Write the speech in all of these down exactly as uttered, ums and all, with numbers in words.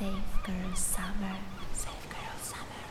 Safe Girl Summer, Safe Girl Summer.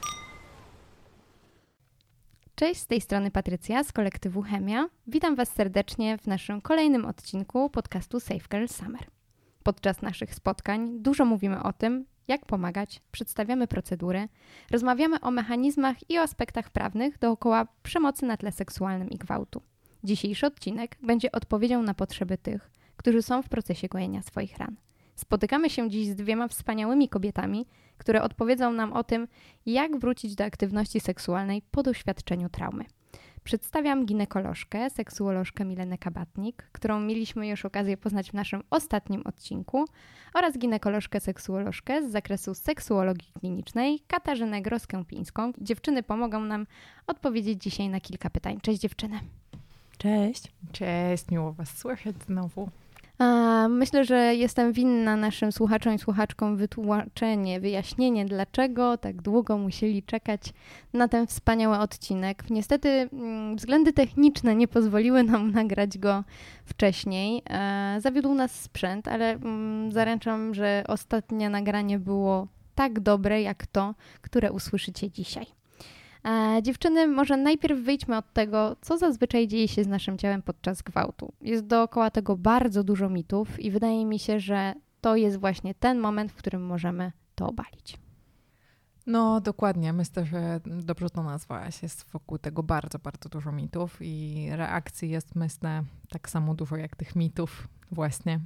Cześć, z tej strony Patrycja z kolektywu Chemia. Witam Was serdecznie w naszym kolejnym odcinku podcastu Safe Girl Summer. Podczas naszych spotkań dużo mówimy o tym, jak pomagać, przedstawiamy procedury, rozmawiamy o mechanizmach i o aspektach prawnych dookoła przemocy na tle seksualnym i gwałtu. Dzisiejszy odcinek będzie odpowiedzią na potrzeby tych, którzy są w procesie gojenia swoich ran. Spotykamy się dziś z dwiema wspaniałymi kobietami, które odpowiedzą nam o tym, jak wrócić do aktywności seksualnej po doświadczeniu traumy. Przedstawiam ginekolożkę, seksuolożkę Milenę Kabatnik, którą mieliśmy już okazję poznać w naszym ostatnim odcinku, oraz ginekolożkę, seksuolożkę z zakresu seksuologii klinicznej Katarzynę Gros-Kępińską. Dziewczyny pomogą nam odpowiedzieć dzisiaj na kilka pytań. Cześć dziewczyny. Cześć. Cześć, miło Was słyszeć znowu. A, myślę, że jestem winna naszym słuchaczom i słuchaczkom wytłumaczenie, wyjaśnienie, dlaczego tak długo musieli czekać na ten wspaniały odcinek. Niestety mm, względy techniczne nie pozwoliły nam nagrać go wcześniej. E, zawiódł nas sprzęt, ale mm, zaręczam, że ostatnie nagranie było tak dobre jak to, które usłyszycie dzisiaj. E, dziewczyny, może najpierw wyjdźmy od tego, co zazwyczaj dzieje się z naszym ciałem podczas gwałtu. Jest dookoła tego bardzo dużo mitów i wydaje mi się, że to jest właśnie ten moment, w którym możemy to obalić. No dokładnie, myślę, że dobrze to nazwałaś. Jest wokół tego bardzo, bardzo dużo mitów i reakcji jest, myślę, tak samo dużo jak tych mitów właśnie.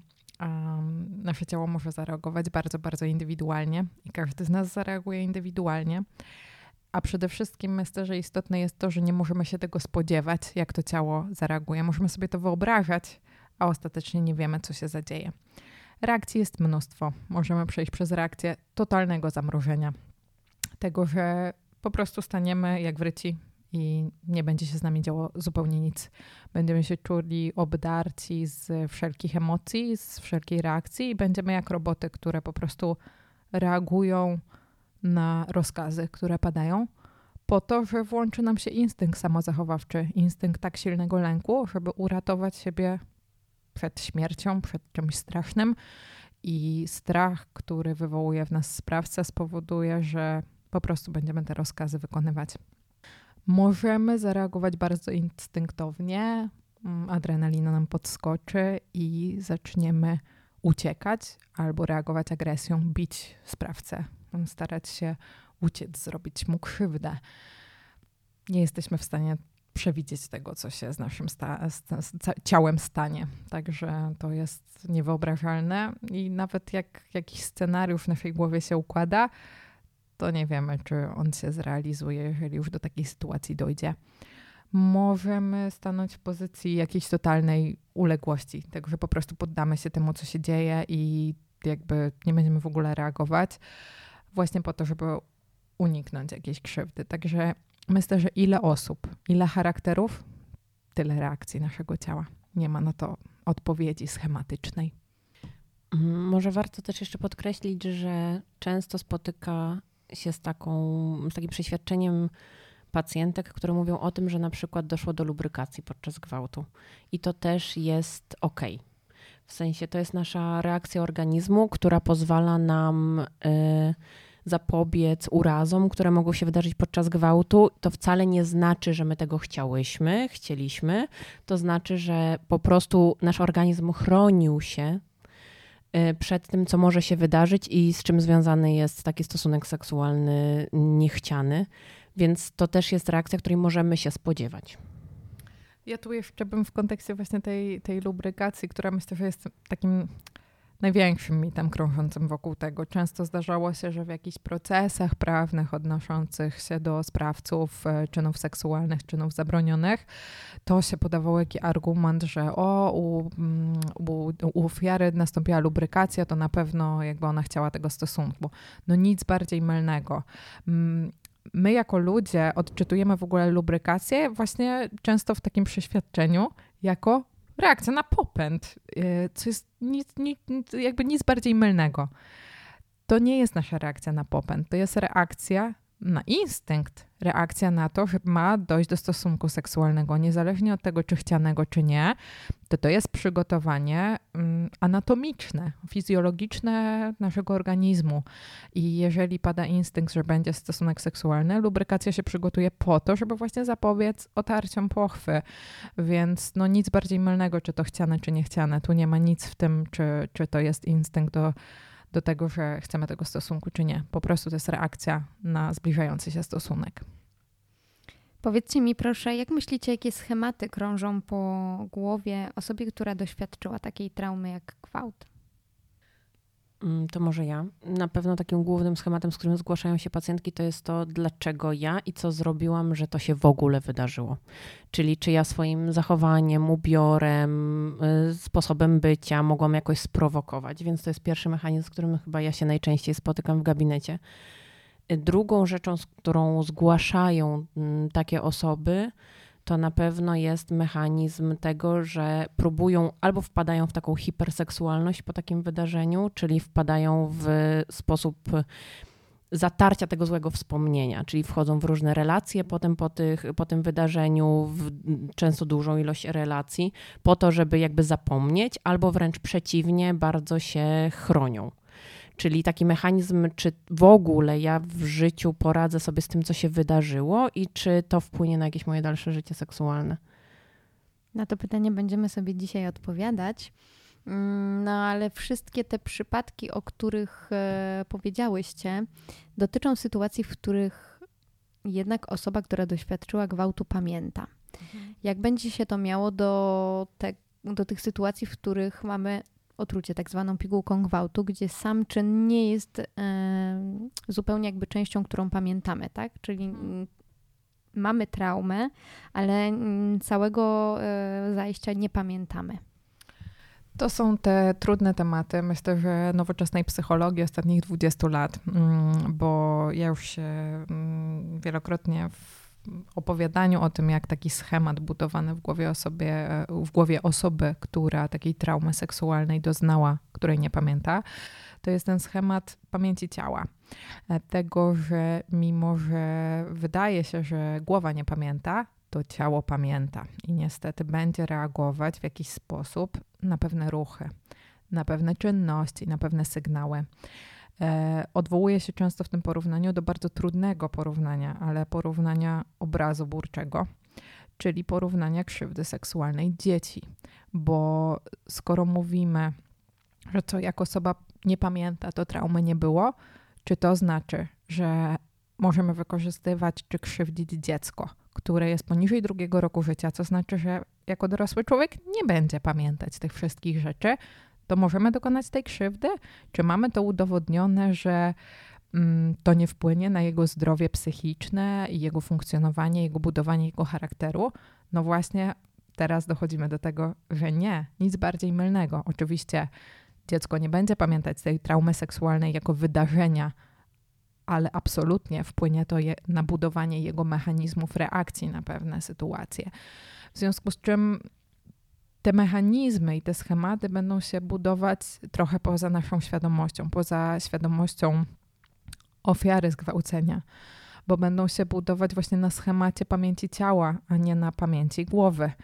Um, nasze ciało może zareagować bardzo, bardzo indywidualnie i każdy z nas zareaguje indywidualnie. A przede wszystkim myślę, że istotne jest to, że nie możemy się tego spodziewać, jak to ciało zareaguje. Możemy sobie to wyobrażać, a ostatecznie nie wiemy, co się zadzieje. Reakcji jest mnóstwo. Możemy przejść przez reakcję totalnego zamrożenia. Tego, że po prostu staniemy jak wryci i nie będzie się z nami działo zupełnie nic. Będziemy się czuli obdarci z wszelkich emocji, z wszelkiej reakcji i będziemy jak roboty, które po prostu reagują na rozkazy, które padają, po to, że włączy nam się instynkt samozachowawczy, instynkt tak silnego lęku, żeby uratować siebie przed śmiercią, przed czymś strasznym i strach, który wywołuje w nas sprawca, spowoduje, że po prostu będziemy te rozkazy wykonywać. Możemy zareagować bardzo instynktownie, adrenalina nam podskoczy i zaczniemy uciekać albo reagować agresją, bić sprawcę, starać się uciec, zrobić mu krzywdę. Nie jesteśmy w stanie przewidzieć tego, co się z naszym sta- z, z ciałem stanie. Także to jest niewyobrażalne i nawet jak jakiś scenariusz w naszej głowie się układa, to nie wiemy, czy on się zrealizuje, jeżeli już do takiej sytuacji dojdzie. Możemy stanąć w pozycji jakiejś totalnej uległości, tego, że po prostu poddamy się temu, co się dzieje i jakby nie będziemy w ogóle reagować, właśnie po to, żeby uniknąć jakiejś krzywdy. Także myślę, że ile osób, ile charakterów, tyle reakcji naszego ciała. Nie ma na to odpowiedzi schematycznej. Może warto też jeszcze podkreślić, że często spotyka się z, taką, z takim przeświadczeniem pacjentek, które mówią o tym, że na przykład doszło do lubrykacji podczas gwałtu. I to też jest okej. W sensie to jest nasza reakcja organizmu, która pozwala nam y, zapobiec urazom, które mogą się wydarzyć podczas gwałtu. To wcale nie znaczy, że my tego chciałyśmy, chcieliśmy. To znaczy, że po prostu nasz organizm chronił się y, przed tym, co może się wydarzyć i z czym związany jest taki stosunek seksualny niechciany. Więc to też jest reakcja, której możemy się spodziewać. Ja tu jeszcze bym w kontekście właśnie tej, tej lubrykacji, która myślę, że jest takim największym mitem krążącym wokół tego. Często zdarzało się, że w jakichś procesach prawnych odnoszących się do sprawców czynów seksualnych, czynów zabronionych, to się podawało jakiś argument, że o, u, u, u ofiary nastąpiła lubrykacja, to na pewno jakby ona chciała tego stosunku. No nic bardziej mylnego. My jako ludzie odczytujemy w ogóle lubrykację właśnie często w takim przeświadczeniu jako reakcja na popęd, co jest nic, nic, jakby nic bardziej mylnego. To nie jest nasza reakcja na popęd, to jest reakcja na instynkt, reakcja na to, że ma dojść do stosunku seksualnego, niezależnie od tego, czy chcianego, czy nie, to to jest przygotowanie anatomiczne, fizjologiczne naszego organizmu. I jeżeli pada instynkt, że będzie stosunek seksualny, lubrykacja się przygotuje po to, żeby właśnie zapobiec otarciom pochwy. Więc no nic bardziej mylnego, czy to chciane, czy niechciane. Tu nie ma nic w tym, czy, czy to jest instynkt do, do tego, że chcemy tego stosunku, czy nie. Po prostu to jest reakcja na zbliżający się stosunek. Powiedzcie mi proszę, jak myślicie, jakie schematy krążą po głowie osobie, która doświadczyła takiej traumy jak gwałt? To może ja. Na pewno takim głównym schematem, z którym zgłaszają się pacjentki, to jest to, dlaczego ja i co zrobiłam, że to się w ogóle wydarzyło. Czyli czy ja swoim zachowaniem, ubiorem, sposobem bycia mogłam jakoś sprowokować. Więc to jest pierwszy mechanizm, z którym chyba ja się najczęściej spotykam w gabinecie. Drugą rzeczą, z którą zgłaszają takie osoby, to na pewno jest mechanizm tego, że próbują albo wpadają w taką hiperseksualność po takim wydarzeniu, czyli wpadają w sposób zatarcia tego złego wspomnienia, czyli wchodzą w różne relacje potem po, tych, po tym wydarzeniu, w często dużą ilość relacji, po to, żeby jakby zapomnieć, albo wręcz przeciwnie, bardzo się chronią. Czyli taki mechanizm, czy w ogóle ja w życiu poradzę sobie z tym, co się wydarzyło i czy to wpłynie na jakieś moje dalsze życie seksualne. Na to pytanie będziemy sobie dzisiaj odpowiadać. No ale wszystkie te przypadki, o których e, powiedziałyście, dotyczą sytuacji, w których jednak osoba, która doświadczyła gwałtu, pamięta. Mhm. Jak będzie się to miało do, te, do tych sytuacji, w których mamy otrucie tak zwaną pigułką gwałtu, gdzie sam czyn nie jest e, zupełnie jakby częścią, którą pamiętamy, tak? Czyli m, mamy traumę, ale m, całego e, zajścia nie pamiętamy. To są te trudne tematy, myślę, że nowoczesnej psychologii ostatnich dwudziestu lat, bo ja już się wielokrotnie w opowiadaniu o tym, jak taki schemat budowany w głowie, osobie, w głowie osoby, która takiej traumy seksualnej doznała, której nie pamięta, to jest ten schemat pamięci ciała. Tego, że mimo, że wydaje się, że głowa nie pamięta, to ciało pamięta i niestety będzie reagować w jakiś sposób na pewne ruchy, na pewne czynności, na pewne sygnały. E, odwołuje się często w tym porównaniu do bardzo trudnego porównania, ale porównania obrazu burczego, czyli porównania krzywdy seksualnej dzieci. Bo skoro mówimy, że co jak osoba nie pamięta, to traumy nie było, czy to znaczy, że możemy wykorzystywać czy krzywdzić dziecko, które jest poniżej drugiego roku życia, co znaczy, że jako dorosły człowiek nie będzie pamiętać tych wszystkich rzeczy, to możemy dokonać tej krzywdy? Czy mamy to udowodnione, że mm, to nie wpłynie na jego zdrowie psychiczne i jego funkcjonowanie, jego budowanie jego charakteru? No właśnie teraz dochodzimy do tego, że nie, nic bardziej mylnego. Oczywiście dziecko nie będzie pamiętać tej traumy seksualnej jako wydarzenia, ale absolutnie wpłynie to je, na budowanie jego mechanizmów reakcji na pewne sytuacje. W związku z czym te mechanizmy i te schematy będą się budować trochę poza naszą świadomością, poza świadomością ofiary zgwałcenia, bo będą się budować właśnie na schemacie pamięci ciała, a nie na pamięci głowy.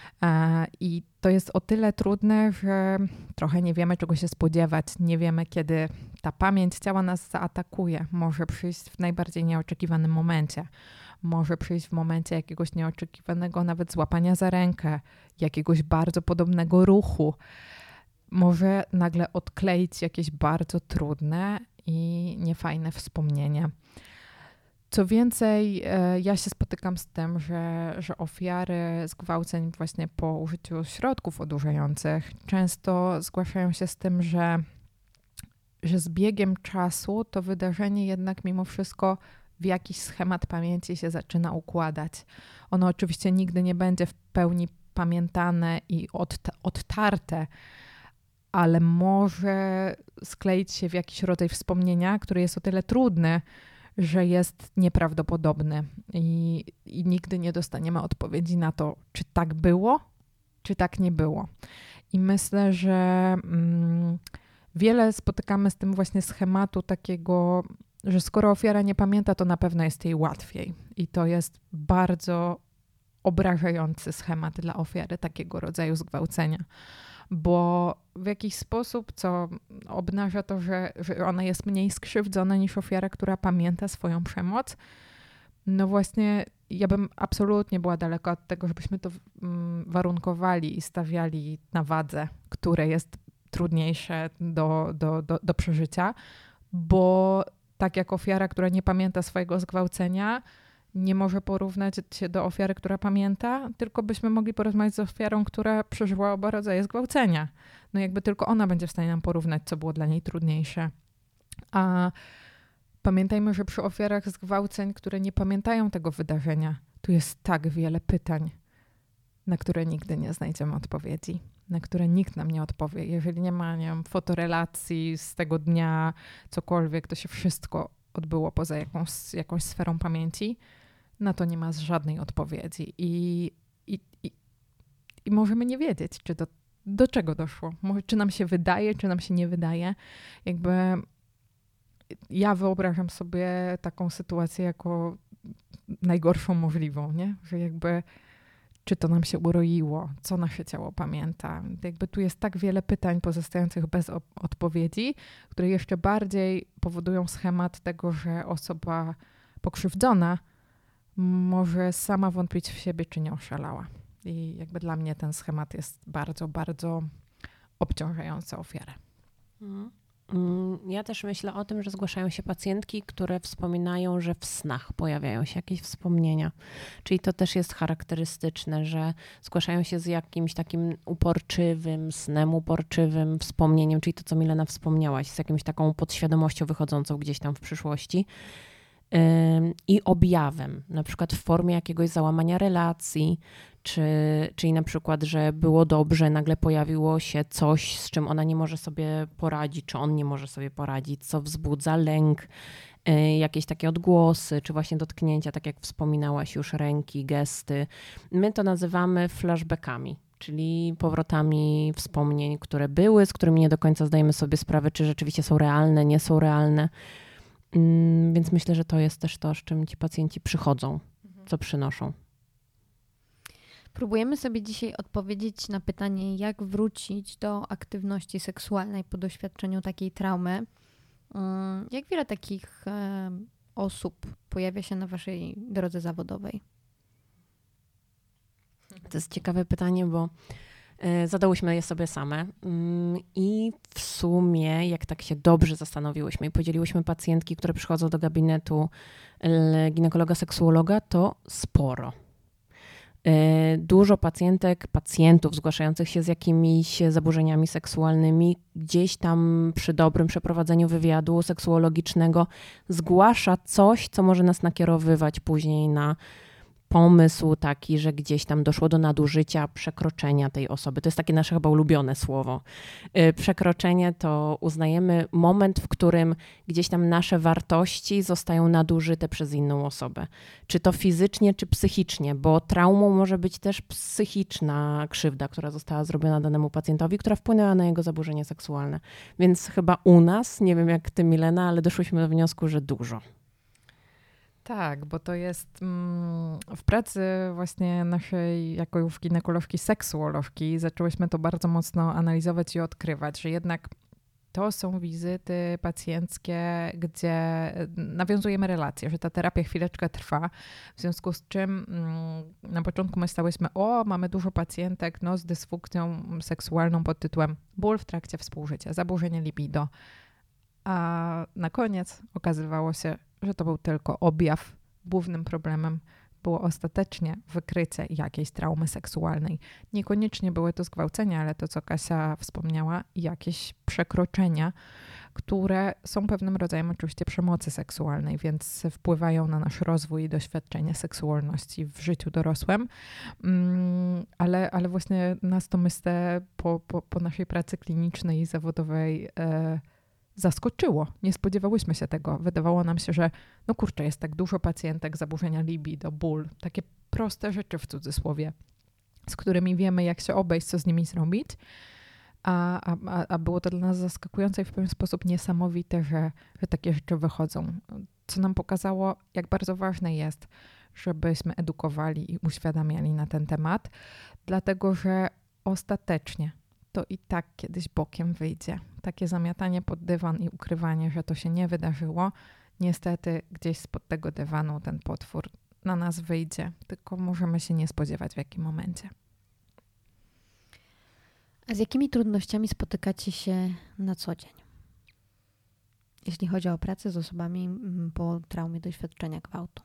I to jest o tyle trudne, że trochę nie wiemy, czego się spodziewać. Nie wiemy, kiedy ta pamięć ciała nas zaatakuje. Może przyjść w najbardziej nieoczekiwanym momencie. Może przyjść w momencie jakiegoś nieoczekiwanego nawet złapania za rękę, jakiegoś bardzo podobnego ruchu. Może nagle odkleić jakieś bardzo trudne i niefajne wspomnienie. Co więcej, ja się spotykam z tym, że, że ofiary zgwałceń właśnie po użyciu środków odurzających często zgłaszają się z tym, że, że z biegiem czasu to wydarzenie jednak mimo wszystko w jakiś schemat pamięci się zaczyna układać. Ono oczywiście nigdy nie będzie w pełni pamiętane i odta- odtarte, ale może skleić się w jakiś rodzaj wspomnienia, który jest o tyle trudny, że jest nieprawdopodobny i, i nigdy nie dostaniemy odpowiedzi na to, czy tak było, czy tak nie było. I myślę, że mm, wiele spotykamy z tym właśnie schematu takiego, że skoro ofiara nie pamięta, to na pewno jest jej łatwiej. I to jest bardzo obrażający schemat dla ofiary takiego rodzaju zgwałcenia. bo w jakiś sposób, co obnaża to, że, że ona jest mniej skrzywdzona niż ofiara, która pamięta swoją przemoc. No właśnie, ja bym absolutnie była daleka od tego, żebyśmy to mm, warunkowali i stawiali na wadze, które jest trudniejsze do, do, do, do przeżycia, bo tak jak ofiara, która nie pamięta swojego zgwałcenia, nie może porównać się do ofiary, która pamięta, tylko byśmy mogli porozmawiać z ofiarą, która przeżyła oba rodzaje zgwałcenia. No jakby tylko ona będzie w stanie nam porównać, co było dla niej trudniejsze. A pamiętajmy, że przy ofiarach zgwałceń, które nie pamiętają tego wydarzenia, tu jest tak wiele pytań, na które nigdy nie znajdziemy odpowiedzi, na które nikt nam nie odpowie. Jeżeli nie ma, nie wiem, fotorelacji z tego dnia, cokolwiek, to się wszystko odbyło poza jakąś, jakąś sferą pamięci, na to nie ma żadnej odpowiedzi. I, i, i, i możemy nie wiedzieć, czy do, do czego doszło. Może, czy nam się wydaje, czy nam się nie wydaje. Jakby ja wyobrażam sobie taką sytuację jako najgorszą możliwą, nie? Że jakby czy to nam się uroiło, co nasze ciało pamięta. Jakby tu jest tak wiele pytań pozostających bez odpowiedzi, które jeszcze bardziej powodują schemat tego, że osoba pokrzywdzona może sama wątpić w siebie, czy nie oszalała. I jakby dla mnie ten schemat jest bardzo, bardzo obciążający ofiarę. Mhm. Ja też myślę o tym, że zgłaszają się pacjentki, które wspominają, że w snach pojawiają się jakieś wspomnienia. Czyli to też jest charakterystyczne, że zgłaszają się z jakimś takim uporczywym, snem uporczywym, wspomnieniem, czyli to, co Milena wspomniałaś, z jakimś taką podświadomością wychodzącą gdzieś tam w przyszłości. I objawem, na przykład w formie jakiegoś załamania relacji, czy, czyli na przykład, że było dobrze, nagle pojawiło się coś, z czym ona nie może sobie poradzić, czy on nie może sobie poradzić, co wzbudza lęk, jakieś takie odgłosy, czy właśnie dotknięcia, tak jak wspominałaś już, ręki, gesty. My to nazywamy flashbackami, czyli powrotami wspomnień, które były, z którymi nie do końca zdajemy sobie sprawę, czy rzeczywiście są realne, nie są realne. Więc myślę, że to jest też to, z czym ci pacjenci przychodzą, co przynoszą. Próbujemy sobie dzisiaj odpowiedzieć na pytanie, jak wrócić do aktywności seksualnej po doświadczeniu takiej traumy. Jak wiele takich osób pojawia się na waszej drodze zawodowej? To jest ciekawe pytanie, bo zadałyśmy je sobie same i w sumie, jak tak się dobrze zastanowiłyśmy i podzieliłyśmy pacjentki, które przychodzą do gabinetu ginekologa, seksuologa, to sporo. Dużo pacjentek, pacjentów zgłaszających się z jakimiś zaburzeniami seksualnymi gdzieś tam przy dobrym przeprowadzeniu wywiadu seksuologicznego zgłasza coś, co może nas nakierowywać później na pomysł taki, że gdzieś tam doszło do nadużycia, przekroczenia tej osoby. To jest takie nasze chyba ulubione słowo. Przekroczenie to uznajemy moment, w którym gdzieś tam nasze wartości zostają nadużyte przez inną osobę. Czy to fizycznie, czy psychicznie, bo traumą może być też psychiczna krzywda, która została zrobiona danemu pacjentowi, która wpłynęła na jego zaburzenie seksualne. Więc chyba u nas, nie wiem jak ty, Milena, ale doszłyśmy do wniosku, że dużo. Tak, bo to jest mm, w pracy właśnie naszej jako już ginekolożki, seksuolożki zaczęłyśmy to bardzo mocno analizować i odkrywać, że jednak to są wizyty pacjenckie, gdzie nawiązujemy relacje, że ta terapia chwileczkę trwa, w związku z czym mm, na początku myślałyśmy, o, mamy dużo pacjentek no, z dysfunkcją seksualną pod tytułem ból w trakcie współżycia, zaburzenie libido, a na koniec okazywało się, że to był tylko objaw. Głównym problemem było ostatecznie wykrycie jakiejś traumy seksualnej. Niekoniecznie były to zgwałcenia, ale to, co Kasia wspomniała, jakieś przekroczenia, które są pewnym rodzajem oczywiście przemocy seksualnej, więc wpływają na nasz rozwój i doświadczenie seksualności w życiu dorosłym. Mm, ale, ale właśnie nas to, myślę, po, po, po naszej pracy klinicznej i zawodowej e, zaskoczyło. Nie spodziewałyśmy się tego. Wydawało nam się, że no kurczę, jest tak dużo pacjentek, zaburzenia libido, ból, takie proste rzeczy w cudzysłowie, z którymi wiemy, jak się obejść, co z nimi zrobić. A, a, a było to dla nas zaskakujące i w pewien sposób niesamowite, że, że takie rzeczy wychodzą. Co nam pokazało, jak bardzo ważne jest, żebyśmy edukowali i uświadamiali na ten temat, dlatego że ostatecznie to i tak kiedyś bokiem wyjdzie. Takie zamiatanie pod dywan i ukrywanie, że to się nie wydarzyło, niestety gdzieś spod tego dywanu ten potwór na nas wyjdzie, tylko możemy się nie spodziewać w jakim momencie. A z jakimi trudnościami spotykacie się na co dzień? Jeśli chodzi o pracę z osobami po traumie doświadczenia gwałtu.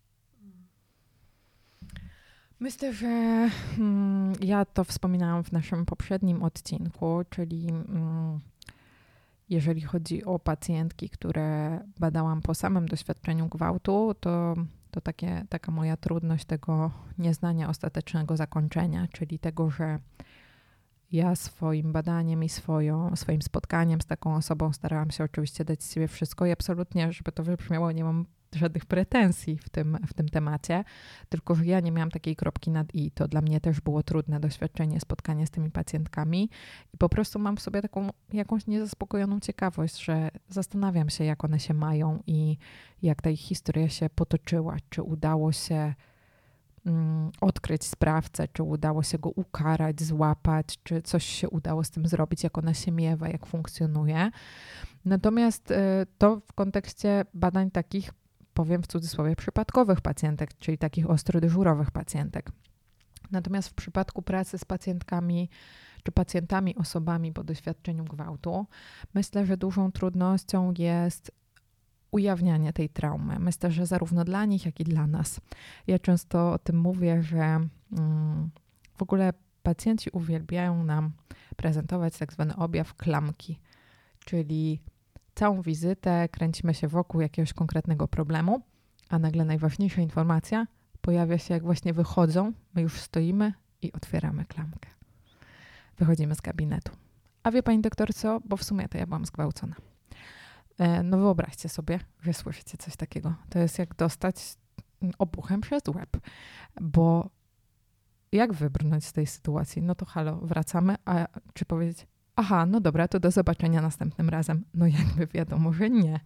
Myślę, że mm, ja to wspominałam w naszym poprzednim odcinku, czyli mm, jeżeli chodzi o pacjentki, które badałam po samym doświadczeniu gwałtu, to, to takie, taka moja trudność tego nieznania ostatecznego zakończenia, czyli tego, że ja swoim badaniem i swoją, swoim spotkaniem z taką osobą starałam się oczywiście dać z siebie wszystko i absolutnie, żeby to wybrzmiało, nie mam żadnych pretensji w tym, w tym temacie, tylko że ja nie miałam takiej kropki nad i. To dla mnie też było trudne doświadczenie, spotkanie z tymi pacjentkami i po prostu mam w sobie taką jakąś niezaspokojoną ciekawość, że zastanawiam się, jak one się mają i jak ta ich historia się potoczyła, czy udało się mm, odkryć sprawcę, czy udało się go ukarać, złapać, czy coś się udało z tym zrobić, jak ona się miewa, jak funkcjonuje. Natomiast y, to w kontekście badań takich, powiem w cudzysłowie, przypadkowych pacjentek, czyli takich ostro dyżurowych pacjentek. Natomiast w przypadku pracy z pacjentkami czy pacjentami, osobami po doświadczeniu gwałtu, myślę, że dużą trudnością jest ujawnianie tej traumy. Myślę, że zarówno dla nich, jak i dla nas. Ja często o tym mówię, że mm, w ogóle pacjenci uwielbiają nam prezentować tak zwany objaw klamki, czyli całą wizytę kręcimy się wokół jakiegoś konkretnego problemu, a nagle najważniejsza informacja pojawia się, jak właśnie wychodzą, my już stoimy i otwieramy klamkę. Wychodzimy z gabinetu. A wie pani doktor co? Bo w sumie to ja byłam zgwałcona. E, no wyobraźcie sobie, że słyszycie coś takiego. To jest jak dostać obuchem przez łeb, bo jak wybrnąć z tej sytuacji? No to halo, wracamy, a czy powiedzieć aha, no dobra, to do zobaczenia następnym razem. No jakby wiadomo, że nie.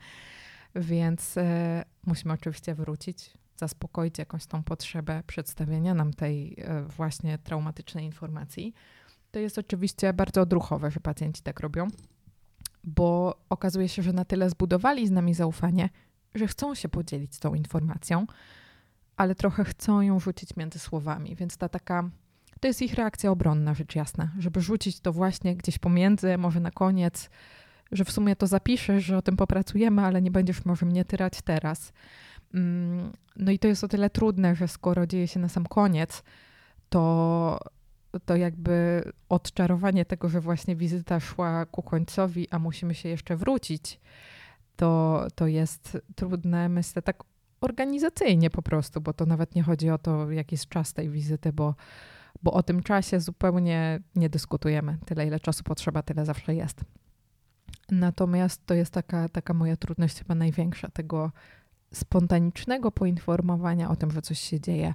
Więc e, musimy oczywiście wrócić, zaspokoić jakąś tą potrzebę przedstawienia nam tej e, właśnie traumatycznej informacji. To jest oczywiście bardzo odruchowe, że pacjenci tak robią, bo okazuje się, że na tyle zbudowali z nami zaufanie, że chcą się podzielić tą informacją, ale trochę chcą ją rzucić między słowami, więc ta taka to jest ich reakcja obronna, rzecz jasna, żeby rzucić to właśnie gdzieś pomiędzy, może na koniec, że w sumie to zapiszesz, że o tym popracujemy, ale nie będziesz może mnie tyrać teraz. No i to jest o tyle trudne, że skoro dzieje się na sam koniec, to, to jakby odczarowanie tego, że właśnie wizyta szła ku końcowi, a musimy się jeszcze wrócić, to, to jest trudne, myślę, tak organizacyjnie po prostu, bo to nawet nie chodzi o to, jaki jest czas tej wizyty, bo bo o tym czasie zupełnie nie dyskutujemy. Tyle, ile czasu potrzeba, tyle zawsze jest. Natomiast to jest taka, taka moja trudność chyba największa, tego spontanicznego poinformowania o tym, że coś się dzieje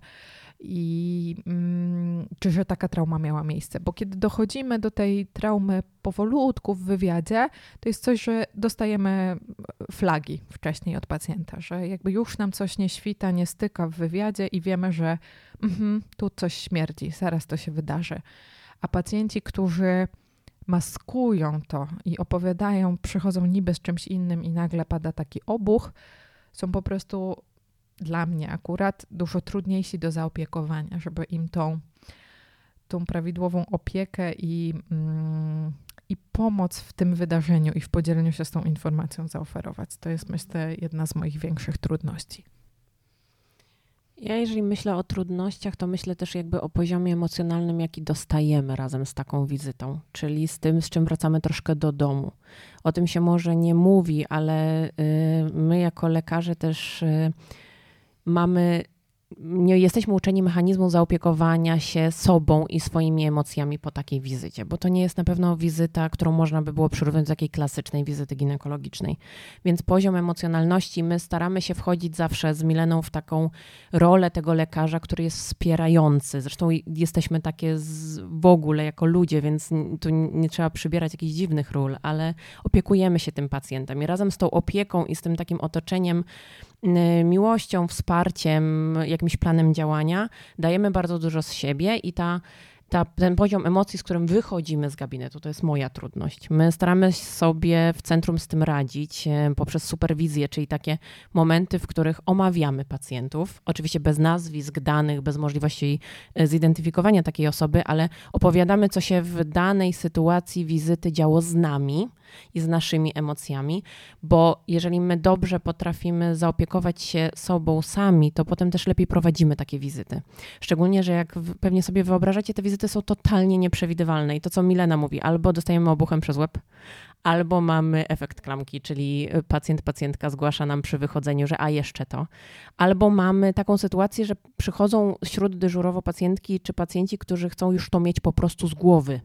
i mm, czy że taka trauma miała miejsce. Bo kiedy dochodzimy do tej traumy powolutku w wywiadzie, to jest coś, że dostajemy flagi wcześniej od pacjenta, że jakby już nam coś nie świta, nie styka w wywiadzie i wiemy, że mm, tu coś śmierdzi, zaraz to się wydarzy. A pacjenci, którzy maskują to i opowiadają, przychodzą niby z czymś innym i nagle pada taki obuch, są po prostu dla mnie akurat dużo trudniejsi do zaopiekowania, żeby im tą, tą prawidłową opiekę i, mm, i pomoc w tym wydarzeniu i w podzieleniu się z tą informacją zaoferować. To jest, myślę, jedna z moich większych trudności. Ja jeżeli myślę o trudnościach, to myślę też jakby o poziomie emocjonalnym, jaki dostajemy razem z taką wizytą, czyli z tym, z czym wracamy troszkę do domu. O tym się może nie mówi, ale my jako lekarze też mamy, nie jesteśmy uczeni mechanizmu zaopiekowania się sobą i swoimi emocjami po takiej wizycie, bo to nie jest na pewno wizyta, którą można by było przyrównać do takiej klasycznej wizyty ginekologicznej. Więc poziom emocjonalności, my staramy się wchodzić zawsze z Mileną w taką rolę tego lekarza, który jest wspierający. Zresztą jesteśmy takie z, w ogóle jako ludzie, więc tu nie trzeba przybierać jakichś dziwnych ról, ale opiekujemy się tym pacjentem i razem z tą opieką i z tym takim otoczeniem, miłością, wsparciem, jakimś planem działania, dajemy bardzo dużo z siebie i ta ta, ten poziom emocji, z którym wychodzimy z gabinetu, to jest moja trudność. My staramy sobie w centrum z tym radzić poprzez superwizję, czyli takie momenty, w których omawiamy pacjentów, oczywiście bez nazwisk, danych, bez możliwości zidentyfikowania takiej osoby, ale opowiadamy, co się w danej sytuacji wizyty działo z nami i z naszymi emocjami, bo jeżeli my dobrze potrafimy zaopiekować się sobą sami, to potem też lepiej prowadzimy takie wizyty. Szczególnie, że jak pewnie sobie wyobrażacie, te wizyty są totalnie nieprzewidywalne i to, co Milena mówi, albo dostajemy obuchem przez łeb, albo mamy efekt klamki, czyli pacjent, pacjentka zgłasza nam przy wychodzeniu, że a jeszcze to. Albo mamy taką sytuację, że przychodzą śróddyżurowo pacjentki czy pacjenci, którzy chcą już to mieć po prostu z głowy.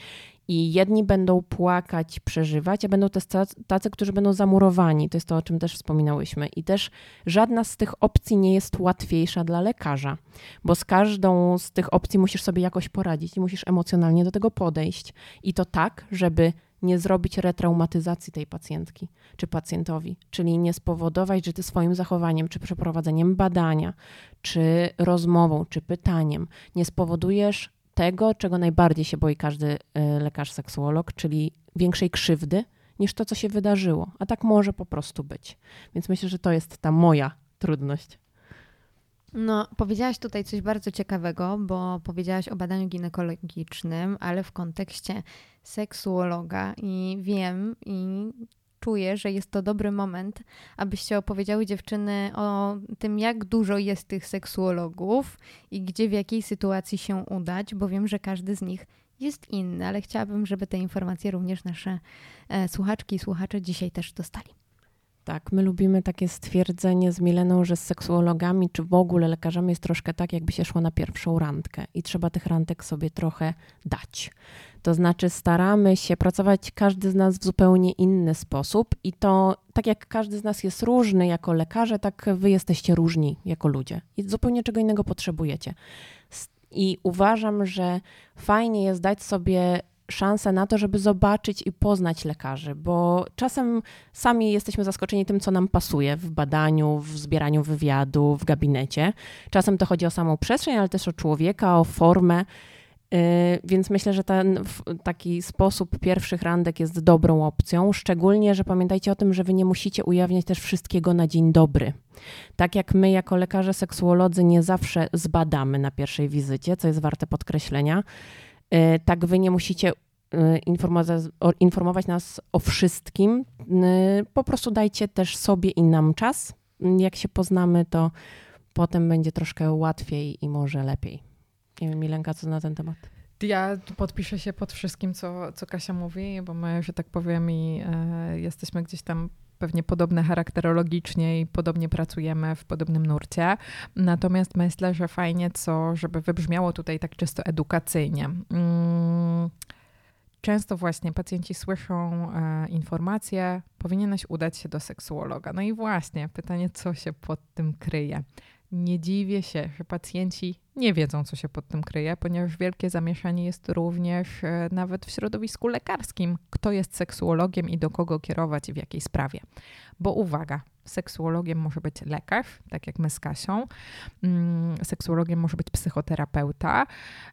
I jedni będą płakać, przeżywać, a będą też tacy, którzy będą zamurowani. To jest to, o czym też wspominałyśmy. I też żadna z tych opcji nie jest łatwiejsza dla lekarza, bo z każdą z tych opcji musisz sobie jakoś poradzić i musisz emocjonalnie do tego podejść. I to tak, żeby nie zrobić retraumatyzacji tej pacjentki czy pacjentowi, czyli nie spowodować, że ty swoim zachowaniem, czy przeprowadzeniem badania, czy rozmową, czy pytaniem nie spowodujesz tego, czego najbardziej się boi każdy lekarz seksuolog, czyli większej krzywdy niż to, co się wydarzyło. A tak może po prostu być. Więc myślę, że to jest ta moja trudność. No, powiedziałaś tutaj coś bardzo ciekawego, bo powiedziałaś o badaniu ginekologicznym, ale w kontekście seksuologa i wiem i czuję, że jest to dobry moment, abyście opowiedziały dziewczyny o tym, jak dużo jest tych seksuologów i gdzie, w jakiej sytuacji się udać, bo wiem, że każdy z nich jest inny, ale chciałabym, żeby te informacje również nasze e, słuchaczki i słuchacze dzisiaj też dostali. Tak, my lubimy takie stwierdzenie z Mileną, że z seksuologami czy w ogóle lekarzami jest troszkę tak, jakby się szło na pierwszą randkę i trzeba tych randek sobie trochę dać. To znaczy staramy się pracować każdy z nas w zupełnie inny sposób i to tak jak każdy z nas jest różny jako lekarze, tak wy jesteście różni jako ludzie i zupełnie czego innego potrzebujecie. I uważam, że fajnie jest dać sobie szansę na to, żeby zobaczyć i poznać lekarzy, bo czasem sami jesteśmy zaskoczeni tym, co nam pasuje w badaniu, w zbieraniu wywiadu, w gabinecie. Czasem to chodzi o samą przestrzeń, ale też o człowieka, o formę, yy, więc myślę, że ten taki sposób pierwszych randek jest dobrą opcją, szczególnie, że pamiętajcie o tym, że wy nie musicie ujawniać też wszystkiego na dzień dobry. Tak jak my jako lekarze seksuolodzy nie zawsze zbadamy na pierwszej wizycie, co jest warte podkreślenia, tak wy nie musicie informować nas o wszystkim. Po prostu dajcie też sobie i nam czas. Jak się poznamy, to potem będzie troszkę łatwiej i może lepiej. Nie wiem, Milenka, co na ten temat? Ja podpiszę się pod wszystkim, co, co Kasia mówi, bo my, że tak powiem, i, e, jesteśmy gdzieś tam pewnie podobne charakterologicznie i podobnie pracujemy w podobnym nurcie. Natomiast myślę, że fajnie, co, żeby wybrzmiało tutaj tak czysto edukacyjnie. Mm, często właśnie pacjenci słyszą e, informacje, powinieneś udać się do seksuologa. No i właśnie pytanie, co się pod tym kryje. Nie dziwię się, że pacjenci nie wiedzą, co się pod tym kryje, ponieważ wielkie zamieszanie jest również nawet w środowisku lekarskim, kto jest seksuologiem i do kogo kierować i w jakiej sprawie. Bo uwaga, seksuologiem może być lekarz, tak jak my z Kasią, seksuologiem może być psychoterapeuta.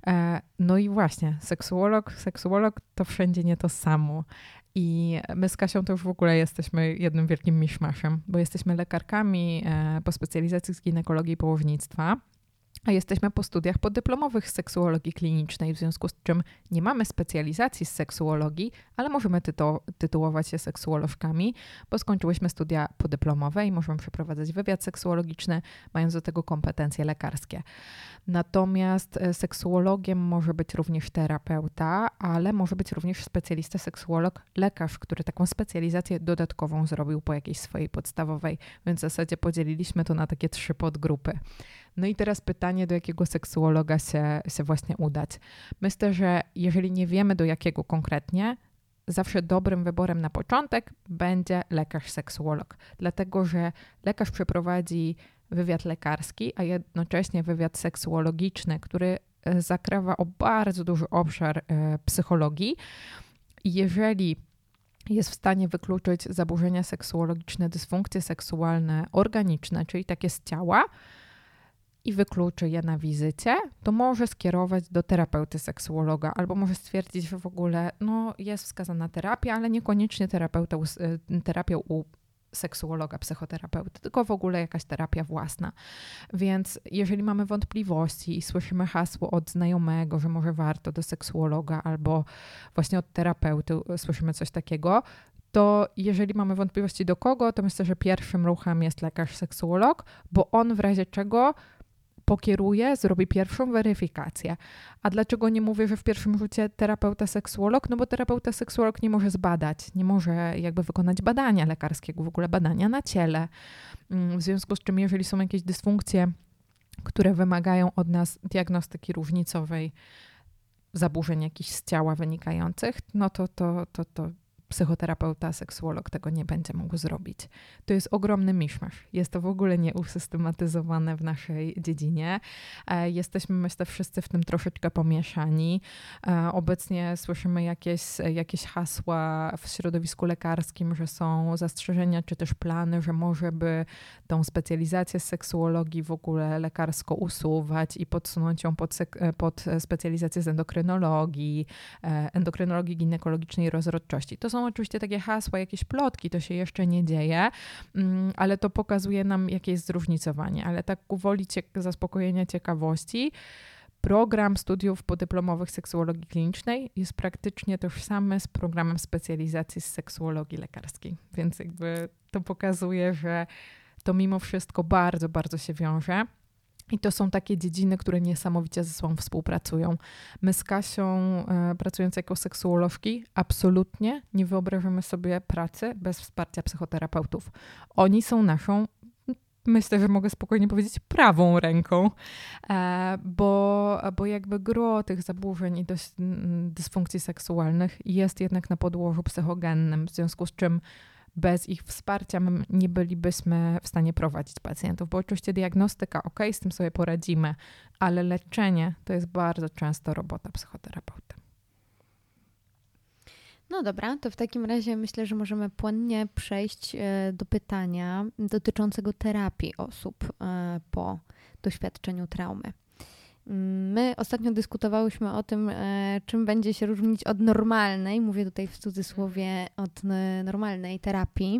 No i właśnie, seksuolog, seksuolog to wszędzie nie to samo. I my z Kasią to już w ogóle jesteśmy jednym wielkim miszmaszem, bo jesteśmy lekarkami po specjalizacji z ginekologii i położnictwa, a jesteśmy po studiach podyplomowych z seksuologii klinicznej, w związku z czym nie mamy specjalizacji z seksuologii, ale możemy tytu- tytułować się seksuolożkami, bo skończyłyśmy studia podyplomowe i możemy przeprowadzać wywiad seksuologiczny, mając do tego kompetencje lekarskie. Natomiast seksuologiem może być również terapeuta, ale może być również specjalista seksuolog, lekarz, który taką specjalizację dodatkową zrobił po jakiejś swojej podstawowej, więc w zasadzie podzieliliśmy to na takie trzy podgrupy. No i teraz pytanie, do jakiego seksuologa się, się właśnie udać. Myślę, że jeżeli nie wiemy do jakiego konkretnie, zawsze dobrym wyborem na początek będzie lekarz-seksuolog. Dlatego, że lekarz przeprowadzi wywiad lekarski, a jednocześnie wywiad seksuologiczny, który zakrywa o bardzo duży obszar e, psychologii. I jeżeli jest w stanie wykluczyć zaburzenia seksuologiczne, dysfunkcje seksualne, organiczne, czyli takie z ciała, i wykluczy je na wizycie, to może skierować do terapeuty seksuologa albo może stwierdzić, że w ogóle no, jest wskazana terapia, ale niekoniecznie terapeuta, terapią u seksuologa, psychoterapeuty, tylko w ogóle jakaś terapia własna. Więc jeżeli mamy wątpliwości i słyszymy hasło od znajomego, że może warto do seksuologa albo właśnie od terapeuty słyszymy coś takiego, to jeżeli mamy wątpliwości do kogo, to myślę, że pierwszym ruchem jest lekarz seksuolog, bo on w razie czego pokieruje, zrobi pierwszą weryfikację. A dlaczego nie mówię, że w pierwszym rzucie terapeuta seksuolog? No bo terapeuta seksuolog nie może zbadać, nie może jakby wykonać badania lekarskiego, w ogóle badania na ciele. W związku z czym, jeżeli są jakieś dysfunkcje, które wymagają od nas diagnostyki różnicowej, zaburzeń jakichś z ciała wynikających, no to to, to, to psychoterapeuta, seksuolog tego nie będzie mógł zrobić. To jest ogromny miszmasz. Jest to w ogóle nieusystematyzowane w naszej dziedzinie. Jesteśmy, myślę, wszyscy w tym troszeczkę pomieszani. Obecnie słyszymy jakieś, jakieś hasła w środowisku lekarskim, że są zastrzeżenia czy też plany, że może by tą specjalizację z seksuologii w ogóle lekarsko usuwać i podsunąć ją pod, sek- pod specjalizację z endokrynologii, endokrynologii ginekologicznej i rozrodczości. To są oczywiście takie hasła, jakieś plotki, to się jeszcze nie dzieje, ale to pokazuje nam jakieś zróżnicowanie. Ale tak ku woli cie- zaspokojenia ciekawości, program studiów podyplomowych seksuologii klinicznej jest praktycznie tożsamy z programem specjalizacji z seksuologii lekarskiej. Więc jakby to pokazuje, że to mimo wszystko bardzo, bardzo się wiąże. I to są takie dziedziny, które niesamowicie ze sobą współpracują. My z Kasią, e, pracując jako seksuolożki, absolutnie nie wyobrażamy sobie pracy bez wsparcia psychoterapeutów. Oni są naszą, myślę, że mogę spokojnie powiedzieć, prawą ręką, e, bo, bo jakby gro tych zaburzeń i dys, dysfunkcji seksualnych jest jednak na podłożu psychogennym, w związku z czym bez ich wsparcia my nie bylibyśmy w stanie prowadzić pacjentów, bo oczywiście diagnostyka, ok, z tym sobie poradzimy, ale leczenie to jest bardzo często robota psychoterapeuty. No dobra, to w takim razie myślę, że możemy płynnie przejść do pytania dotyczącego terapii osób po doświadczeniu traumy. My ostatnio dyskutowałyśmy o tym, czym będzie się różnić od normalnej, mówię tutaj w cudzysłowie, od normalnej terapii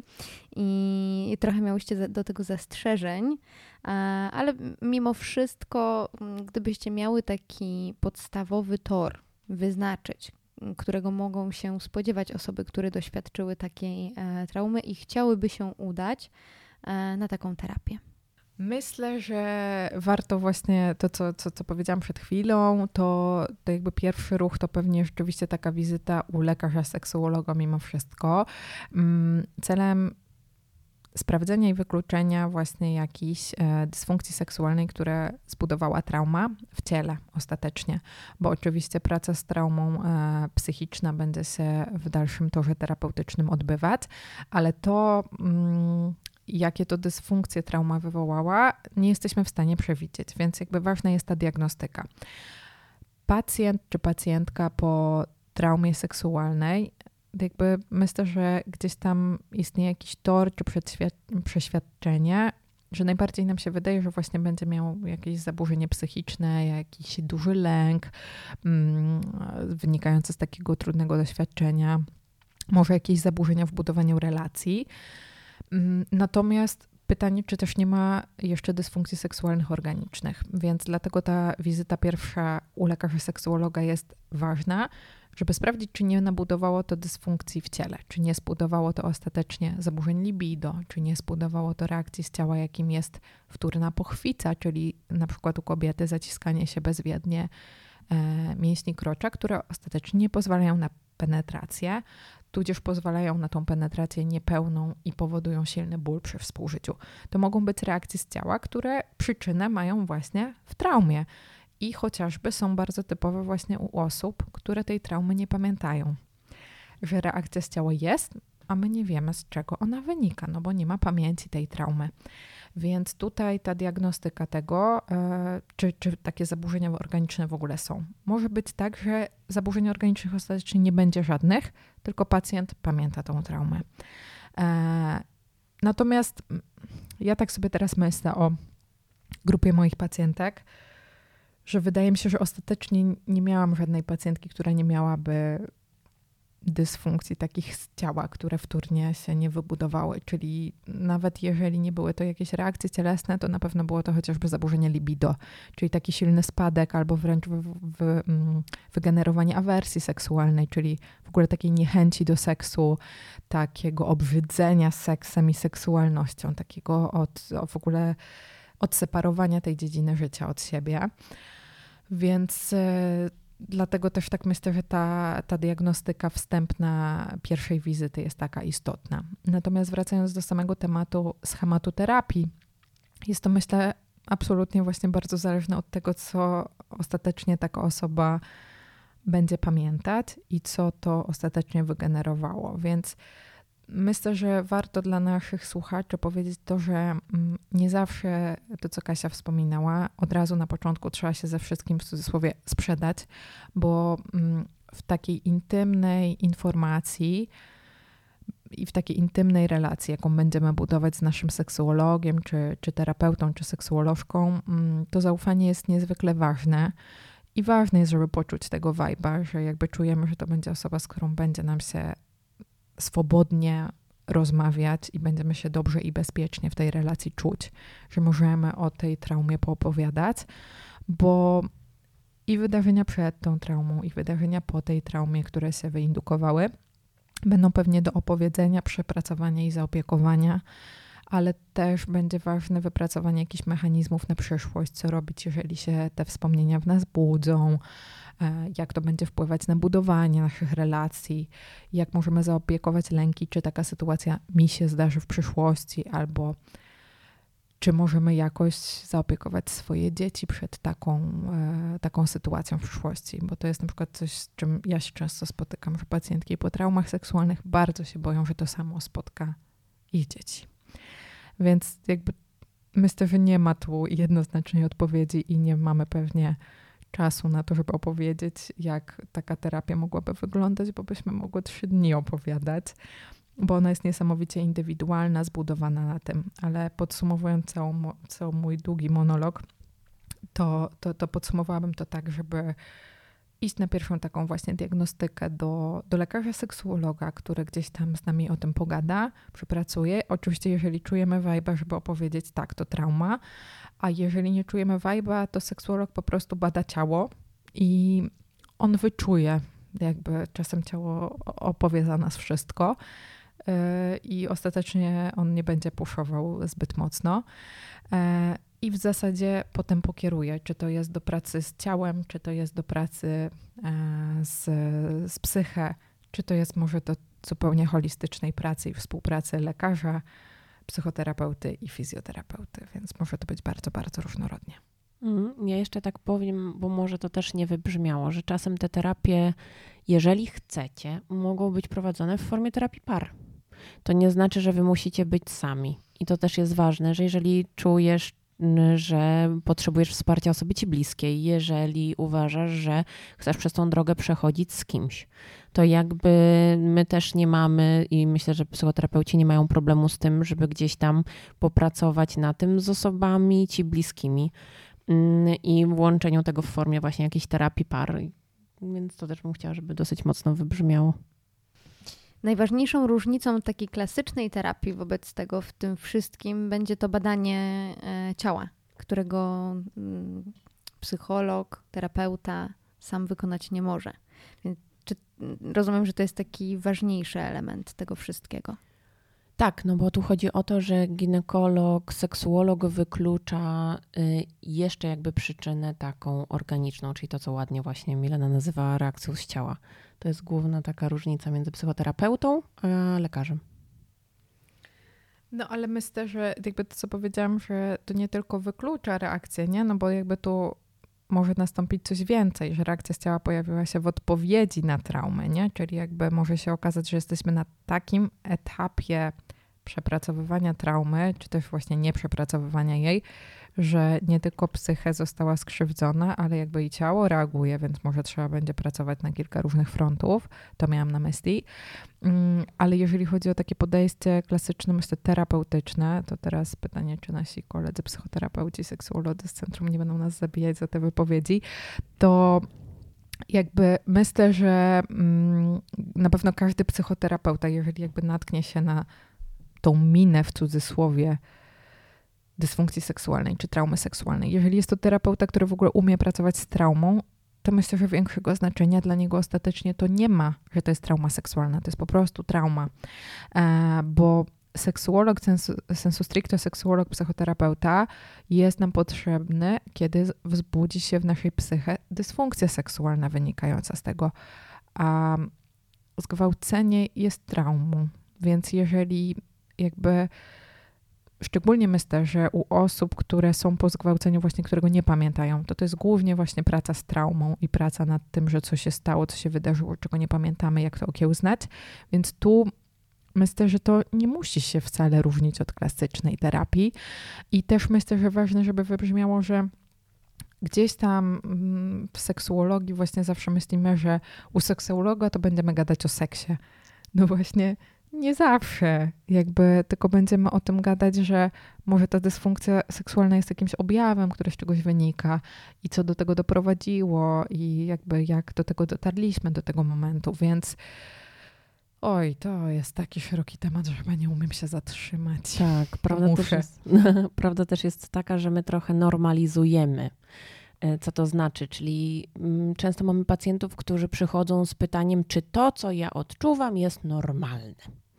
i trochę miałyście do tego zastrzeżeń, ale mimo wszystko, gdybyście miały taki podstawowy tor wyznaczyć, którego mogą się spodziewać osoby, które doświadczyły takiej traumy i chciałyby się udać na taką terapię. Myślę, że warto właśnie to, co, co, co powiedziałam przed chwilą, to, to jakby pierwszy ruch to pewnie rzeczywiście taka wizyta u lekarza seksuologa mimo wszystko. Celem sprawdzenia i wykluczenia właśnie jakiejś e, dysfunkcji seksualnej, które zbudowała trauma w ciele ostatecznie, bo oczywiście praca z traumą e, psychiczna będzie się w dalszym torze terapeutycznym odbywać, ale to mm, jakie to dysfunkcje trauma wywołała, nie jesteśmy w stanie przewidzieć, więc jakby ważna jest ta diagnostyka. Pacjent czy pacjentka po traumie seksualnej, jakby myślę, że gdzieś tam istnieje jakiś tor czy przeświadczenie, że najbardziej nam się wydaje, że właśnie będzie miał jakieś zaburzenie psychiczne, jakiś duży lęk mm, wynikający z takiego trudnego doświadczenia, może jakieś zaburzenia w budowaniu relacji. Natomiast pytanie, czy też nie ma jeszcze dysfunkcji seksualnych organicznych, więc dlatego ta wizyta pierwsza u lekarza seksuologa jest ważna, żeby sprawdzić, czy nie nabudowało to dysfunkcji w ciele, czy nie zbudowało to ostatecznie zaburzeń libido, czy nie zbudowało to reakcji z ciała, jakim jest wtórna pochwica, czyli na przykład u kobiety zaciskanie się bezwiednie e, mięśni krocza, które ostatecznie nie pozwalają na penetrację, tudzież pozwalają na tą penetrację niepełną i powodują silny ból przy współżyciu. To mogą być reakcje z ciała, które przyczynę mają właśnie w traumie i chociażby są bardzo typowe właśnie u osób, które tej traumy nie pamiętają. Że reakcja z ciała jest, a my nie wiemy, z czego ona wynika, no bo nie ma pamięci tej traumy. Więc tutaj ta diagnostyka tego, yy, czy, czy takie zaburzenia organiczne w ogóle są. Może być tak, że zaburzeń organicznych ostatecznie nie będzie żadnych, tylko pacjent pamięta tą traumę. Yy, natomiast ja tak sobie teraz myślę o grupie moich pacjentek, że wydaje mi się, że ostatecznie nie miałam żadnej pacjentki, która nie miałaby dysfunkcji takich z ciała, które wtórnie się nie wybudowały. Czyli nawet jeżeli nie były to jakieś reakcje cielesne, to na pewno było to chociażby zaburzenie libido, czyli taki silny spadek albo wręcz wy, wy, wygenerowanie awersji seksualnej, czyli w ogóle takiej niechęci do seksu, takiego obrzydzenia seksem i seksualnością, takiego od, w ogóle odseparowania tej dziedziny życia od siebie. Więc dlatego też tak myślę, że ta, ta diagnostyka wstępna pierwszej wizyty jest taka istotna. Natomiast wracając do samego tematu schematu terapii, jest to, myślę, absolutnie właśnie bardzo zależne od tego, co ostatecznie taka osoba będzie pamiętać i co to ostatecznie wygenerowało. Więc myślę, że warto dla naszych słuchaczy powiedzieć to, że nie zawsze to, co Kasia wspominała, od razu na początku trzeba się ze wszystkim w cudzysłowie sprzedać, bo w takiej intymnej informacji i w takiej intymnej relacji, jaką będziemy budować z naszym seksuologiem, czy, czy terapeutą, czy seksuolożką, to zaufanie jest niezwykle ważne. I ważne jest, żeby poczuć tego vibe'a, że jakby czujemy, że to będzie osoba, z którą będzie nam się swobodnie rozmawiać i będziemy się dobrze i bezpiecznie w tej relacji czuć, że możemy o tej traumie poopowiadać, bo i wydarzenia przed tą traumą, i wydarzenia po tej traumie, które się wyindukowały, będą pewnie do opowiedzenia, przepracowania i zaopiekowania, ale też będzie ważne wypracowanie jakichś mechanizmów na przyszłość, co robić, jeżeli się te wspomnienia w nas budzą, jak to będzie wpływać na budowanie naszych relacji, jak możemy zaopiekować lęki, czy taka sytuacja mi się zdarzy w przyszłości, albo czy możemy jakoś zaopiekować swoje dzieci przed taką, taką sytuacją w przyszłości, bo to jest na przykład coś, z czym ja się często spotykam, że pacjentki po traumach seksualnych bardzo się boją, że to samo spotka ich dzieci. Więc jakby myślę, że nie ma tu jednoznacznej odpowiedzi i nie mamy pewnie czasu na to, żeby opowiedzieć, jak taka terapia mogłaby wyglądać, bo byśmy mogły trzy dni opowiadać, bo ona jest niesamowicie indywidualna, zbudowana na tym. Ale podsumowując całą, cały mój długi monolog, to, to, to podsumowałabym to tak, żeby iść na pierwszą taką właśnie diagnostykę do, do lekarza seksuologa, który gdzieś tam z nami o tym pogada, przepracuje. Oczywiście jeżeli czujemy vibe'a, żeby opowiedzieć tak, to trauma, a jeżeli nie czujemy vibe'a, to seksuolog po prostu bada ciało i on wyczuje, jakby czasem ciało opowie za nas wszystko yy, i ostatecznie on nie będzie puszował zbyt mocno. Yy, I w zasadzie potem pokieruje, czy to jest do pracy z ciałem, czy to jest do pracy z, z psychę, czy to jest może do zupełnie holistycznej pracy i współpracy lekarza, psychoterapeuty i fizjoterapeuty, więc może to być bardzo, bardzo różnorodnie. Mm, ja jeszcze tak powiem, bo może to też nie wybrzmiało, że czasem te terapie, jeżeli chcecie, mogą być prowadzone w formie terapii par. To nie znaczy, że wy musicie być sami. I to też jest ważne, że jeżeli czujesz, że potrzebujesz wsparcia osoby ci bliskiej, jeżeli uważasz, że chcesz przez tą drogę przechodzić z kimś, to jakby my też nie mamy i myślę, że psychoterapeuci nie mają problemu z tym, żeby gdzieś tam popracować na tym z osobami ci bliskimi i włączeniu tego w formie właśnie jakiejś terapii par. Więc to też bym chciała, żeby dosyć mocno wybrzmiało. Najważniejszą różnicą takiej klasycznej terapii wobec tego w tym wszystkim będzie to badanie e, ciała, którego mm, psycholog, terapeuta sam wykonać nie może. Więc czy, rozumiem, że to jest taki ważniejszy element tego wszystkiego. Tak, no bo tu chodzi o to, że ginekolog, seksuolog wyklucza y, jeszcze jakby przyczynę taką organiczną, czyli to, co ładnie właśnie Milena nazywa reakcją z ciała. To jest główna taka różnica między psychoterapeutą a lekarzem. No ale myślę, że jakby to, co powiedziałam, że to nie tylko wyklucza reakcję, nie? No bo jakby tu może nastąpić coś więcej, że reakcja z ciała pojawiła się w odpowiedzi na traumę, nie? Czyli jakby może się okazać, że jesteśmy na takim etapie przepracowywania traumy, czy też właśnie nieprzepracowywania jej, że nie tylko psyche została skrzywdzona, ale jakby i ciało reaguje, więc może trzeba będzie pracować na kilka różnych frontów. To miałam na myśli. Ale jeżeli chodzi o takie podejście klasyczne, myślę terapeutyczne, to teraz pytanie, czy nasi koledzy psychoterapeuci, seksuolodzy z centrum nie będą nas zabijać za te wypowiedzi, to jakby myślę, że na pewno każdy psychoterapeuta, jeżeli jakby natknie się na tą minę w cudzysłowie dysfunkcji seksualnej czy traumy seksualnej, jeżeli jest to terapeuta, który w ogóle umie pracować z traumą, to myślę, że większego znaczenia dla niego ostatecznie to nie ma, że to jest trauma seksualna, to jest po prostu trauma, e, bo seksuolog, sensu, sensu stricto seksuolog, psychoterapeuta jest nam potrzebny, kiedy wzbudzi się w naszej psyche dysfunkcja seksualna wynikająca z tego. A zgwałcenie jest traumą, więc jeżeli jakby szczególnie myślę, że u osób, które są po zgwałceniu właśnie, którego nie pamiętają, to to jest głównie właśnie praca z traumą i praca nad tym, że co się stało, co się wydarzyło, czego nie pamiętamy, jak to okiełznać. Więc tu myślę, że to nie musi się wcale różnić od klasycznej terapii. I też myślę, że ważne, żeby wybrzmiało, że gdzieś tam w seksuologii właśnie zawsze myślimy, że u seksuologa to będziemy gadać o seksie. No właśnie nie zawsze. Jakby tylko będziemy o tym gadać, że może ta dysfunkcja seksualna jest jakimś objawem, który z czegoś wynika i co do tego doprowadziło i jakby jak do tego dotarliśmy, do tego momentu, więc oj, to jest taki szeroki temat, że chyba nie umiem się zatrzymać. Tak, prawda też, jest, prawda też jest taka, że my trochę normalizujemy. Co to znaczy? Czyli często mamy pacjentów, którzy przychodzą z pytaniem, czy to, co ja odczuwam, jest normalne.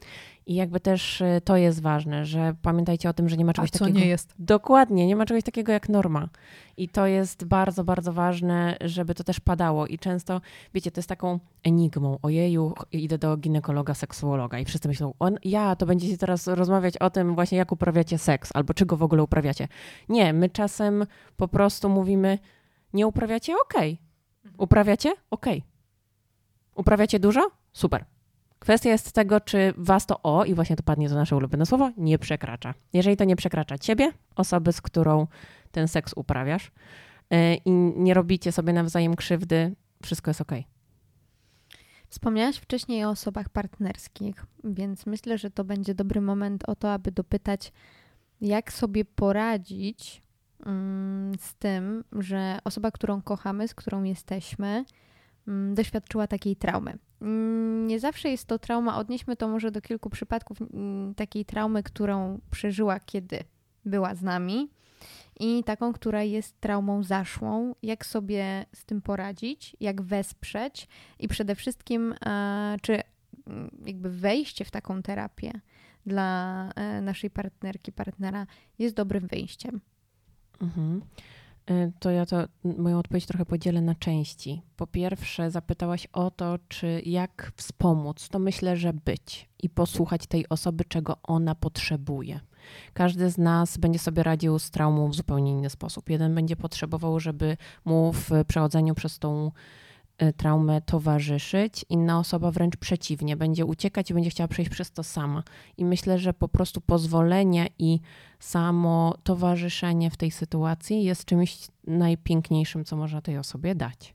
I jakby też to jest ważne, że pamiętajcie o tym, że nie ma czegoś A co takiego. nie jest? Dokładnie, nie ma czegoś takiego jak norma. I to jest bardzo, bardzo ważne, żeby to też padało. I często, wiecie, to jest taką enigmą. Ojeju, idę do ginekologa, seksuologa i wszyscy myślą, on, ja, to będziecie teraz rozmawiać o tym właśnie, jak uprawiacie seks, albo czy go w ogóle uprawiacie. Nie, my czasem po prostu mówimy, nie uprawiacie? Okej. Uprawiacie? Okej. Uprawiacie dużo? Super. Kwestia jest tego, czy was to o, i właśnie to padnie to nasze ulubione słowo, nie przekracza. Jeżeli to nie przekracza ciebie, osoby, z którą ten seks uprawiasz yy, i nie robicie sobie nawzajem krzywdy, wszystko jest okej. Wspomniałaś wcześniej o osobach partnerskich, więc myślę, że to będzie dobry moment o to, aby dopytać, jak sobie poradzić mm, z tym, że osoba, którą kochamy, z którą jesteśmy, mm, doświadczyła takiej traumy. Nie zawsze jest to trauma, odnieśmy to może do kilku przypadków takiej traumy, którą przeżyła, kiedy była z nami i taką, która jest traumą zaszłą. Jak sobie z tym poradzić, jak wesprzeć i przede wszystkim czy jakby wejście w taką terapię dla naszej partnerki, partnera jest dobrym wyjściem. Mhm. To ja to moją odpowiedź trochę podzielę na części. Po pierwsze zapytałaś o to, czy jak wspomóc, to myślę, że być i posłuchać tej osoby, czego ona potrzebuje. Każdy z nas będzie sobie radził z traumą w zupełnie inny sposób. Jeden będzie potrzebował, żeby mu w przechodzeniu przez tą traumę towarzyszyć, inna osoba wręcz przeciwnie, będzie uciekać i będzie chciała przejść przez to sama. I myślę, że po prostu pozwolenie i samo towarzyszenie w tej sytuacji jest czymś najpiękniejszym, co można tej osobie dać.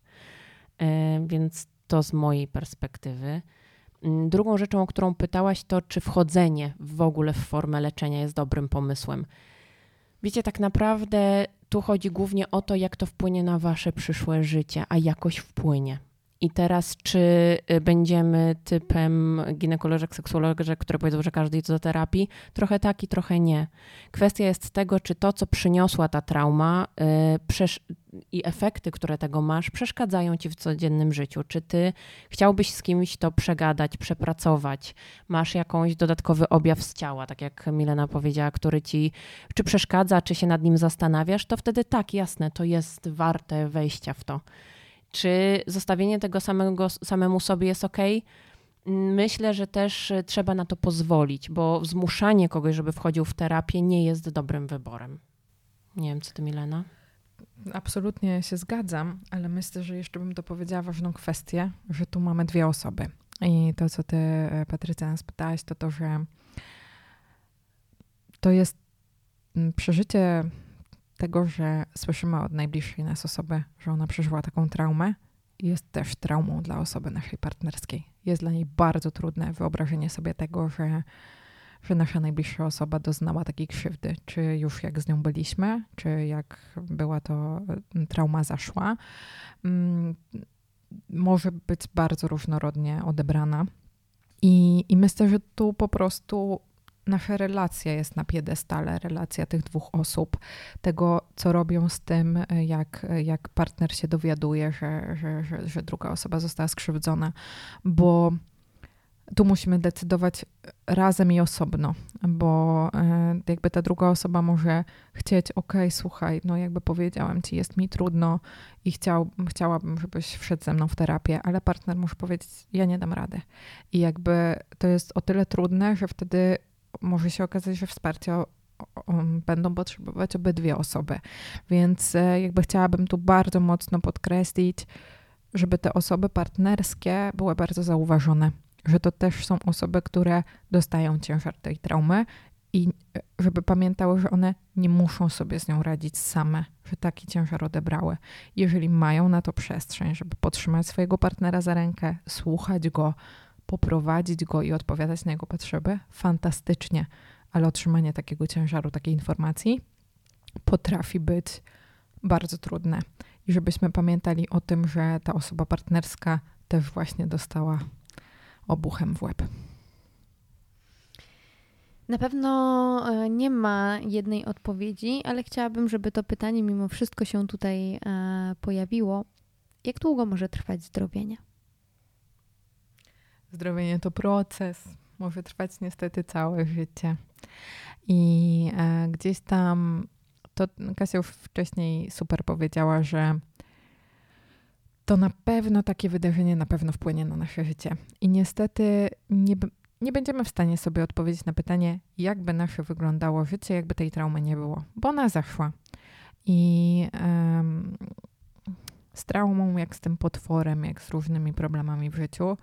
E, więc to z mojej perspektywy. Drugą rzeczą, o którą pytałaś, to czy wchodzenie w ogóle w formę leczenia jest dobrym pomysłem. Wiecie, tak naprawdę tu chodzi głównie o to, jak to wpłynie na wasze przyszłe życie, a jakoś wpłynie. I teraz, czy będziemy typem ginekolożek, seksuolożek, które powiedzą, że każdy idzie do terapii? Trochę tak i trochę nie. Kwestia jest tego, czy to, co przyniosła ta trauma yy, i efekty, które tego masz, przeszkadzają ci w codziennym życiu. Czy ty chciałbyś z kimś to przegadać, przepracować? Masz jakąś dodatkowy objaw z ciała, tak jak Milena powiedziała, który ci czy przeszkadza, czy się nad nim zastanawiasz, to wtedy tak, jasne, to jest warte wejścia w to. Czy zostawienie tego samego, samemu sobie jest okej? Myślę, że też trzeba na to pozwolić, bo zmuszanie kogoś, żeby wchodził w terapię, nie jest dobrym wyborem. Nie wiem, co ty, Milena? Absolutnie się zgadzam, ale myślę, że jeszcze bym dopowiedziała ważną kwestię, że tu mamy dwie osoby. I to, co ty, Patrycja, nas pytałaś, to to, że to jest przeżycie tego, że słyszymy od najbliższej nas osoby, że ona przeżyła taką traumę, jest też traumą dla osoby naszej partnerskiej. Jest dla niej bardzo trudne wyobrażenie sobie tego, że, że nasza najbliższa osoba doznała takiej krzywdy, czy już jak z nią byliśmy, czy jak była to trauma zaszła. Mm, może być bardzo różnorodnie odebrana. I, I myślę, że tu po prostu nasza relacja jest na piedestale, relacja tych dwóch osób, tego, co robią z tym, jak, jak partner się dowiaduje, że, że, że, że druga osoba została skrzywdzona, bo tu musimy decydować razem i osobno, bo jakby ta druga osoba może chcieć, okej, słuchaj, no jakby powiedziałem ci, jest mi trudno i chciał, chciałabym, żebyś wszedł ze mną w terapię, ale partner może powiedzieć, ja nie dam rady. I jakby to jest o tyle trudne, że wtedy może się okazać, że wsparcia będą potrzebować obydwie osoby. Więc jakby chciałabym tu bardzo mocno podkreślić, żeby te osoby partnerskie były bardzo zauważone, że to też są osoby, które dostają ciężar tej traumy i żeby pamiętały, że one nie muszą sobie z nią radzić same, że taki ciężar odebrały. Jeżeli mają na to przestrzeń, żeby podtrzymać swojego partnera za rękę, słuchać go, poprowadzić go i odpowiadać na jego potrzeby, fantastycznie, ale otrzymanie takiego ciężaru, takiej informacji potrafi być bardzo trudne. I żebyśmy pamiętali o tym, że ta osoba partnerska też właśnie dostała obuchem w łeb. Na pewno nie ma jednej odpowiedzi, ale chciałabym, żeby to pytanie mimo wszystko się tutaj pojawiło. Jak długo może trwać zdrowienie? Zdrowienie to proces. Może trwać niestety całe życie. I e, gdzieś tam, to Kasia już wcześniej super powiedziała, że to na pewno takie wydarzenie na pewno wpłynie na nasze życie. I niestety nie, nie będziemy w stanie sobie odpowiedzieć na pytanie, jak by nasze wyglądało życie, jakby tej traumy nie było. Bo ona zaszła. I um, z traumą, jak z tym potworem, jak z różnymi problemami w życiu,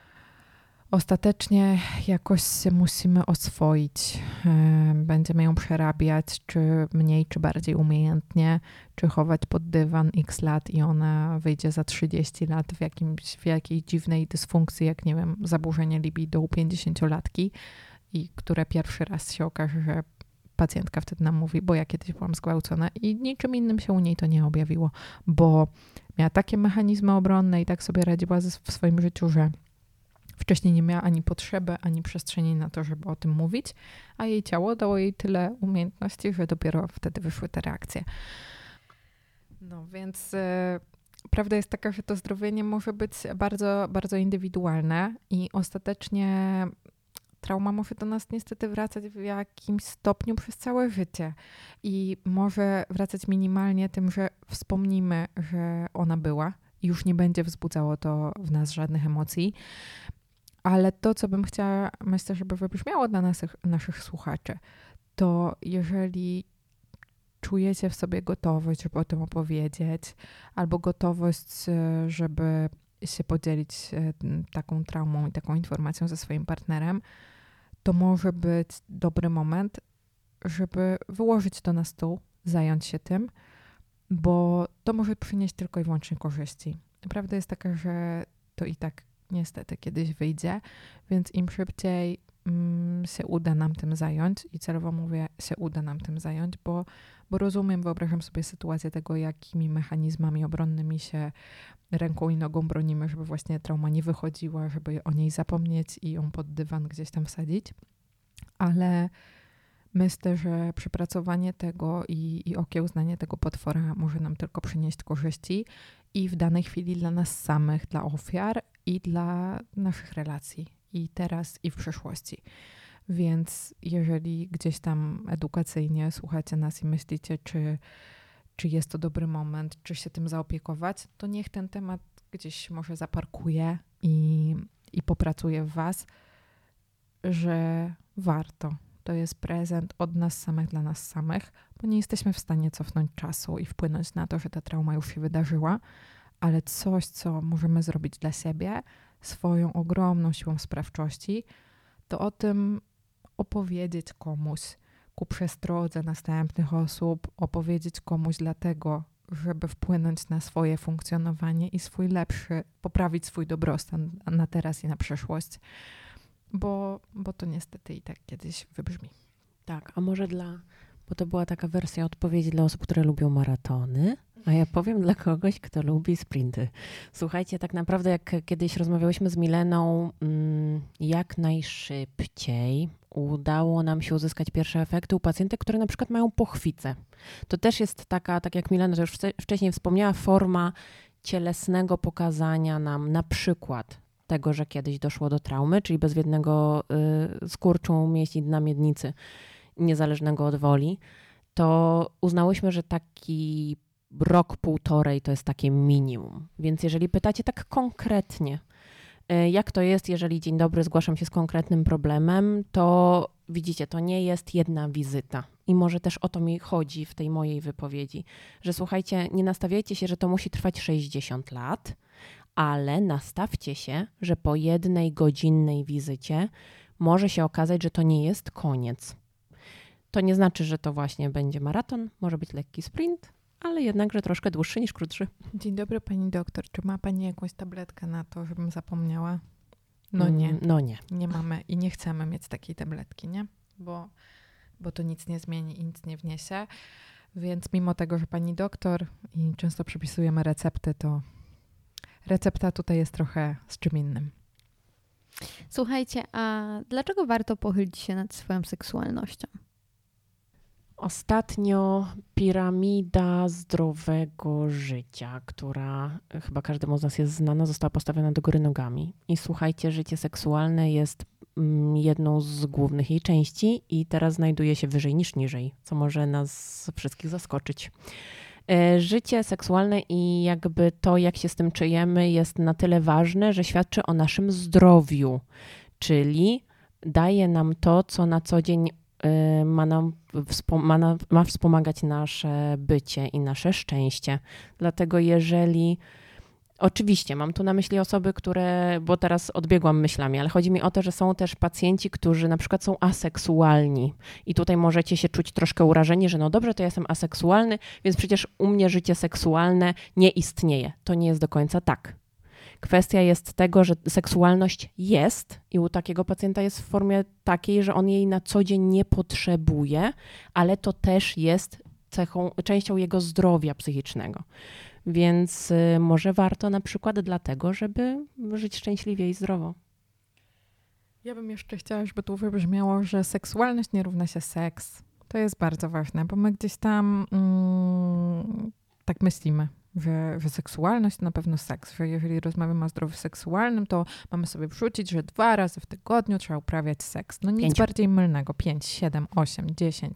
ostatecznie jakoś się musimy oswoić. Będziemy ją przerabiać, czy mniej, czy bardziej umiejętnie, czy chować pod dywan x lat i ona wyjdzie za trzydzieści lat w, jakimś, w jakiejś dziwnej dysfunkcji, jak nie wiem, zaburzenie libido u pięćdziesięciolatki, i które pierwszy raz się okaże, że pacjentka wtedy nam mówi, bo ja kiedyś byłam zgwałcona i niczym innym się u niej to nie objawiło, bo miała takie mechanizmy obronne i tak sobie radziła w swoim życiu, że wcześniej nie miała ani potrzeby, ani przestrzeni na to, żeby o tym mówić, a jej ciało dało jej tyle umiejętności, że dopiero wtedy wyszły te reakcje. No więc e, prawda jest taka, że to zdrowienie może być bardzo, bardzo indywidualne i ostatecznie trauma może do nas niestety wracać w jakimś stopniu przez całe życie i może wracać minimalnie tym, że wspomnimy, że ona była i już nie będzie wzbudzało to w nas żadnych emocji. Ale to, co bym chciała, myślę, żeby wybrzmiało dla naszych, naszych słuchaczy, to jeżeli czujecie w sobie gotowość, żeby o tym opowiedzieć, albo gotowość, żeby się podzielić taką traumą i taką informacją ze swoim partnerem, to może być dobry moment, żeby wyłożyć to na stół, zająć się tym, bo to może przynieść tylko i wyłącznie korzyści. Prawda jest taka, że to i tak niestety kiedyś wyjdzie, więc im szybciej mm, się uda nam tym zająć i celowo mówię, się uda nam tym zająć, bo, bo rozumiem, wyobrażam sobie sytuację tego, jakimi mechanizmami obronnymi się ręką i nogą bronimy, żeby właśnie trauma nie wychodziła, żeby o niej zapomnieć i ją pod dywan gdzieś tam wsadzić, ale myślę, że przepracowanie tego i, i okiełznanie tego potwora może nam tylko przynieść korzyści i w danej chwili dla nas samych, dla ofiar i dla naszych relacji i teraz i w przyszłości. Więc jeżeli gdzieś tam edukacyjnie słuchacie nas i myślicie, czy, czy jest to dobry moment, czy się tym zaopiekować, to niech ten temat gdzieś może zaparkuje i, i popracuje w was, że warto. To jest prezent od nas samych dla nas samych, bo nie jesteśmy w stanie cofnąć czasu i wpłynąć na to, że ta trauma już się wydarzyła, ale coś, co możemy zrobić dla siebie, swoją ogromną siłą sprawczości, to o tym opowiedzieć komuś, ku przestrodze następnych osób, opowiedzieć komuś dlatego, żeby wpłynąć na swoje funkcjonowanie i swój lepszy, poprawić swój dobrostan na teraz i na przyszłość. Bo, bo to niestety i tak kiedyś wybrzmi. Tak, a może dla, bo to była taka wersja odpowiedzi dla osób, które lubią maratony, a ja powiem dla kogoś, kto lubi sprinty. Słuchajcie, tak naprawdę jak kiedyś rozmawiałyśmy z Mileną, jak najszybciej udało nam się uzyskać pierwsze efekty u pacjentek, które na przykład mają pochwicę. To też jest taka, tak jak Milena już wcześniej wspomniała, forma cielesnego pokazania nam na przykład tego, że kiedyś doszło do traumy, czyli bezwiednego y, skurczu mięśni dna miednicy, niezależnego od woli, to uznałyśmy, że taki rok, półtorej to jest takie minimum. Więc jeżeli pytacie tak konkretnie, y, jak to jest, jeżeli dzień dobry, zgłaszam się z konkretnym problemem, to widzicie, to nie jest jedna wizyta. I może też o to mi chodzi w tej mojej wypowiedzi, że słuchajcie, nie nastawiajcie się, że to musi trwać sześćdziesiąt lat, ale nastawcie się, że po jednej godzinnej wizycie może się okazać, że to nie jest koniec. To nie znaczy, że to właśnie będzie maraton, może być lekki sprint, ale jednakże troszkę dłuższy niż krótszy. Dzień dobry pani doktor, czy ma pani jakąś tabletkę na to, żebym zapomniała? No nie. Mm, no nie. Nie mamy i nie chcemy mieć takiej tabletki, nie? Bo, bo to nic nie zmieni i nic nie wniesie. Więc mimo tego, że pani doktor i często przepisujemy recepty, to recepta tutaj jest trochę z czym innym. Słuchajcie, a dlaczego warto pochylić się nad swoją seksualnością? Ostatnio piramida zdrowego życia, która chyba każdemu z nas jest znana, została postawiona do góry nogami. I słuchajcie, życie seksualne jest jedną z głównych jej części i teraz znajduje się wyżej niż niżej, co może nas wszystkich zaskoczyć. Życie seksualne i jakby to, jak się z tym czujemy, jest na tyle ważne, że świadczy o naszym zdrowiu, czyli daje nam to, co na co dzień ma, nam, ma, nam, ma wspomagać nasze bycie i nasze szczęście. Dlatego jeżeli, oczywiście mam tu na myśli osoby, które, bo teraz odbiegłam myślami, ale chodzi mi o to, że są też pacjenci, którzy na przykład są aseksualni i tutaj możecie się czuć troszkę urażeni, że no dobrze, to ja jestem aseksualny, więc przecież u mnie życie seksualne nie istnieje. To nie jest do końca tak. Kwestia jest tego, że seksualność jest i u takiego pacjenta jest w formie takiej, że on jej na co dzień nie potrzebuje, ale to też jest cechą, częścią jego zdrowia psychicznego. Więc y, może warto na przykład dlatego, żeby żyć szczęśliwie i zdrowo. Ja bym jeszcze chciała, żeby tu wybrzmiało, że seksualność nie równa się seks. To jest bardzo ważne, bo my gdzieś tam mm, tak myślimy. Że, że seksualność to na pewno seks, że jeżeli rozmawiamy o zdrowiu seksualnym, to mamy sobie wrzucić, że dwa razy w tygodniu trzeba uprawiać seks. No nic Pięć. bardziej mylnego. Pięć, siedem, osiem, dziesięć.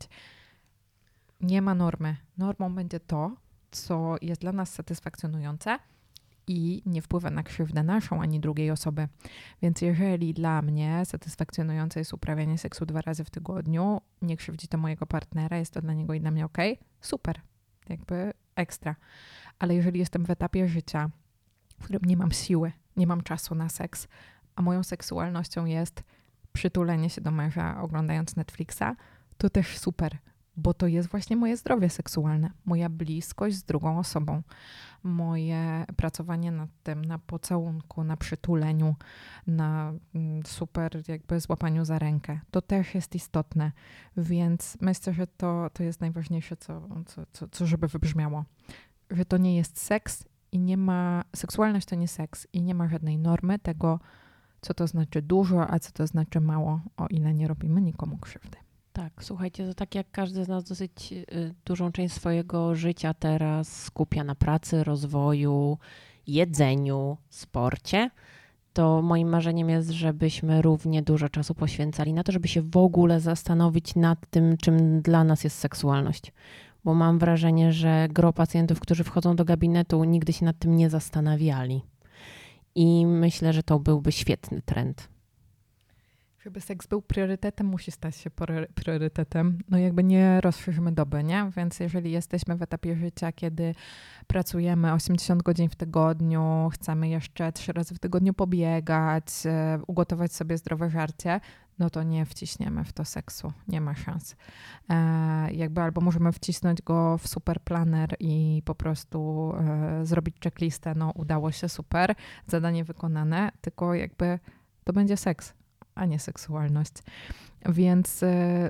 Nie ma normy. Normą będzie to, co jest dla nas satysfakcjonujące i nie wpływa na krzywdę naszą ani drugiej osoby. Więc jeżeli dla mnie satysfakcjonujące jest uprawianie seksu dwa razy w tygodniu, nie krzywdzi to mojego partnera, jest to dla niego i dla mnie okej, super. Jakby ekstra. Ale jeżeli jestem w etapie życia, w którym nie mam siły, nie mam czasu na seks, a moją seksualnością jest przytulenie się do męża oglądając Netflixa, to też super, bo to jest właśnie moje zdrowie seksualne, moja bliskość z drugą osobą, moje pracowanie nad tym, na pocałunku, na przytuleniu, na super jakby złapaniu za rękę. To też jest istotne, więc myślę, że to, to jest najważniejsze, co, co, co, co żeby wybrzmiało. Że to nie jest seks i nie ma, seksualność to nie seks i nie ma żadnej normy tego, co to znaczy dużo, a co to znaczy mało, o ile nie robimy nikomu krzywdy. Tak, słuchajcie, to tak jak każdy z nas dosyć y, dużą część swojego życia teraz skupia na pracy, rozwoju, jedzeniu, sporcie, to moim marzeniem jest, żebyśmy równie dużo czasu poświęcali na to, żeby się w ogóle zastanowić nad tym, czym dla nas jest seksualność. Bo mam wrażenie, że gro pacjentów, którzy wchodzą do gabinetu, nigdy się nad tym nie zastanawiali. I myślę, że to byłby świetny trend. Żeby seks był priorytetem, musi stać się priorytetem. No jakby nie rozszerzymy doby, nie? Więc jeżeli jesteśmy w etapie życia, kiedy pracujemy osiemdziesiąt godzin w tygodniu, chcemy jeszcze trzy razy w tygodniu pobiegać, ugotować sobie zdrowe żarcie, no to nie wciśniemy w to seksu. Nie ma szans. E, jakby albo możemy wcisnąć go w super planer i po prostu e, zrobić checklistę, no udało się, super, zadanie wykonane, tylko jakby to będzie seks, a nie seksualność. Więc e,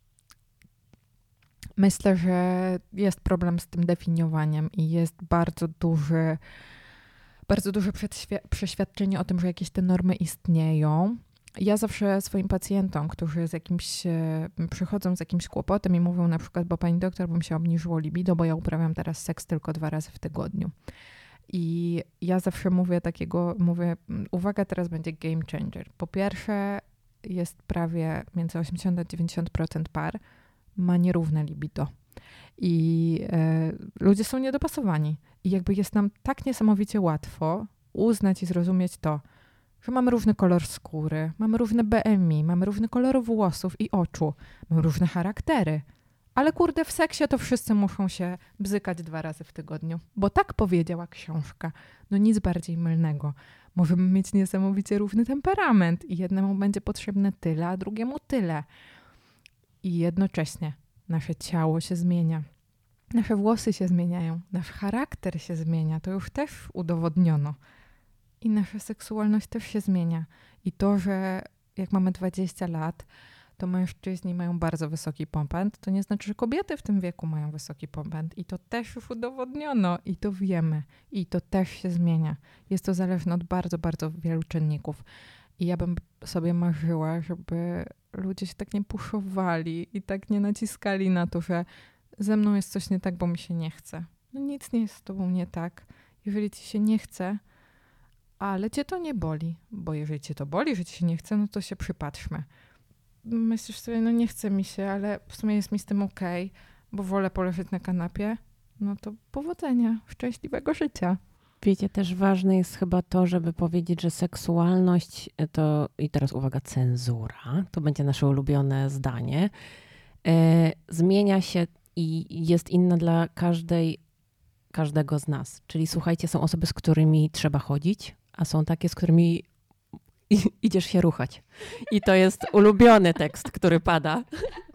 myślę, że jest problem z tym definiowaniem i jest bardzo duży, bardzo duże przeświadczenie o tym, że jakieś te normy istnieją. Ja zawsze swoim pacjentom, którzy z jakimś, przychodzą z jakimś kłopotem i mówią na przykład, bo pani doktor, bo mi się obniżyło libido, bo ja uprawiam teraz seks tylko dwa razy w tygodniu. I ja zawsze mówię takiego, mówię, uwaga, teraz będzie game changer. Po pierwsze, jest prawie między osiemdziesiąt a dziewięćdziesiąt procent par ma nierówne libido. I e, ludzie są niedopasowani. I jakby jest nam tak niesamowicie łatwo uznać i zrozumieć to, że mamy różny kolor skóry, mamy różne B M I, mamy różny kolor włosów i oczu, mamy różne charaktery. Ale kurde, w seksie to wszyscy muszą się bzykać dwa razy w tygodniu. Bo tak powiedziała książka. No nic bardziej mylnego. Możemy mieć niesamowicie równy temperament i jednemu będzie potrzebne tyle, a drugiemu tyle. I jednocześnie nasze ciało się zmienia. Nasze włosy się zmieniają. Nasz charakter się zmienia. To już też udowodniono. I nasza seksualność też się zmienia. I to, że jak mamy dwadzieścia lat, to mężczyźni mają bardzo wysoki popęd, to nie znaczy, że kobiety w tym wieku mają wysoki popęd. I to też już udowodniono i to wiemy. I to też się zmienia. Jest to zależne od bardzo, bardzo wielu czynników. I ja bym sobie marzyła, żeby ludzie się tak nie puszowali i tak nie naciskali na to, że ze mną jest coś nie tak, bo mi się nie chce. No nic nie jest z tobą nie tak. Jeżeli ci się nie chce, ale cię to nie boli, bo jeżeli cię to boli, że ci się nie chce, no to się przypatrzmy. Myślisz sobie, no nie chce mi się, ale w sumie jest mi z tym okej, bo wolę poleżeć na kanapie, no to powodzenia, szczęśliwego życia. Wiecie, też ważne jest chyba to, żeby powiedzieć, że seksualność to, i teraz uwaga, cenzura, to będzie nasze ulubione zdanie, e, zmienia się i jest inna dla każdej, każdego z nas. Czyli słuchajcie, są osoby, z którymi trzeba chodzić, a są takie, z którymi i, idziesz się ruchać. I to jest ulubiony tekst, który pada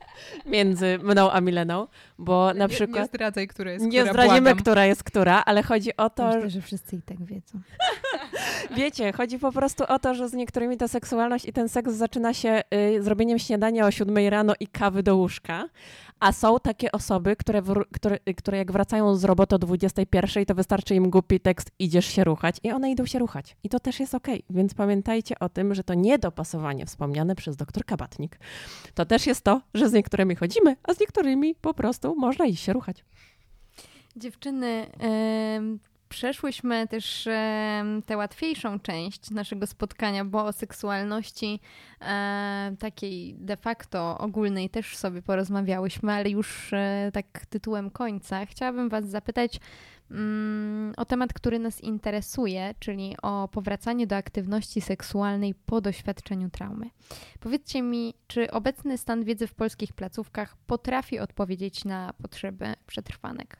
między mną a Mileną, bo na nie, przykład... Nie zdradzaj, która jest Nie która, zdradzimy, błagam. która jest która, ale chodzi o to... Myślę, że wszyscy i tak wiedzą. Wiecie, chodzi po prostu o to, że z niektórymi ta seksualność i ten seks zaczyna się y, zrobieniem śniadania o siódmej rano i kawy do łóżka, a są takie osoby, które, w, które, które jak wracają z roboty o dwudziestej pierwszej, to wystarczy im głupi tekst idziesz się ruchać i one idą się ruchać. I to też jest okej. Więc pamiętajcie o tym, że to niedopasowanie wspomniane przez doktor Kabatnik, to też jest to, że z niektórymi chodzimy, a z niektórymi po prostu można iść się ruchać. Dziewczyny, yy, przeszłyśmy też yy, tę łatwiejszą część naszego spotkania, bo o seksualności yy, takiej de facto ogólnej też sobie porozmawiałyśmy, ale już yy, tak tytułem końca chciałabym was zapytać yy, o temat, który nas interesuje, czyli o powracanie do aktywności seksualnej po doświadczeniu traumy. Powiedzcie mi, czy obecny stan wiedzy w polskich placówkach potrafi odpowiedzieć na potrzeby przetrwanek?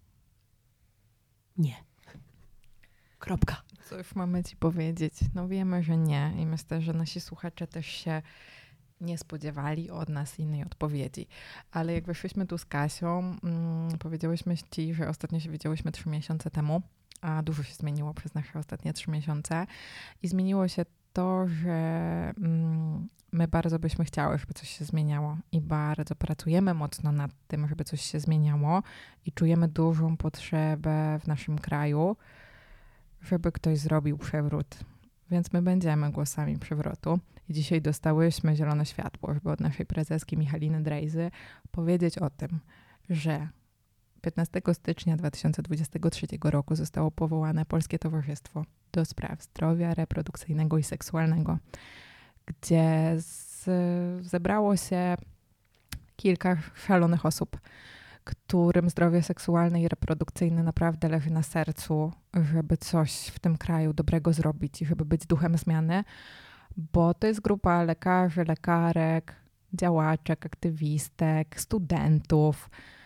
Nie. Kropka. Co już mamy ci powiedzieć? No wiemy, że nie i myślę, że nasi słuchacze też się nie spodziewali od nas innej odpowiedzi. Ale jak weszliśmy tu z Kasią, mm, powiedziałyśmy ci, że ostatnio się widziałyśmy trzy miesiące temu, a dużo się zmieniło przez nasze ostatnie trzy miesiące i zmieniło się to, że mm, my bardzo byśmy chciały, żeby coś się zmieniało i bardzo pracujemy mocno nad tym, żeby coś się zmieniało i czujemy dużą potrzebę w naszym kraju, żeby ktoś zrobił przewrót. Więc my będziemy głosami przewrotu. I dzisiaj dostałyśmy zielone światło, żeby od naszej prezeski Michaliny Drejzy powiedzieć o tym, że piętnastego stycznia dwa tysiące dwudziestego trzeciego roku zostało powołane Polskie Towarzystwo do Spraw Zdrowia Reprodukcyjnego i Seksualnego, gdzie z, zebrało się kilka szalonych osób, którym zdrowie seksualne i reprodukcyjne naprawdę leży na sercu, żeby coś w tym kraju dobrego zrobić i żeby być duchem zmiany, bo to jest grupa lekarzy, lekarek, działaczek, aktywistek, studentów,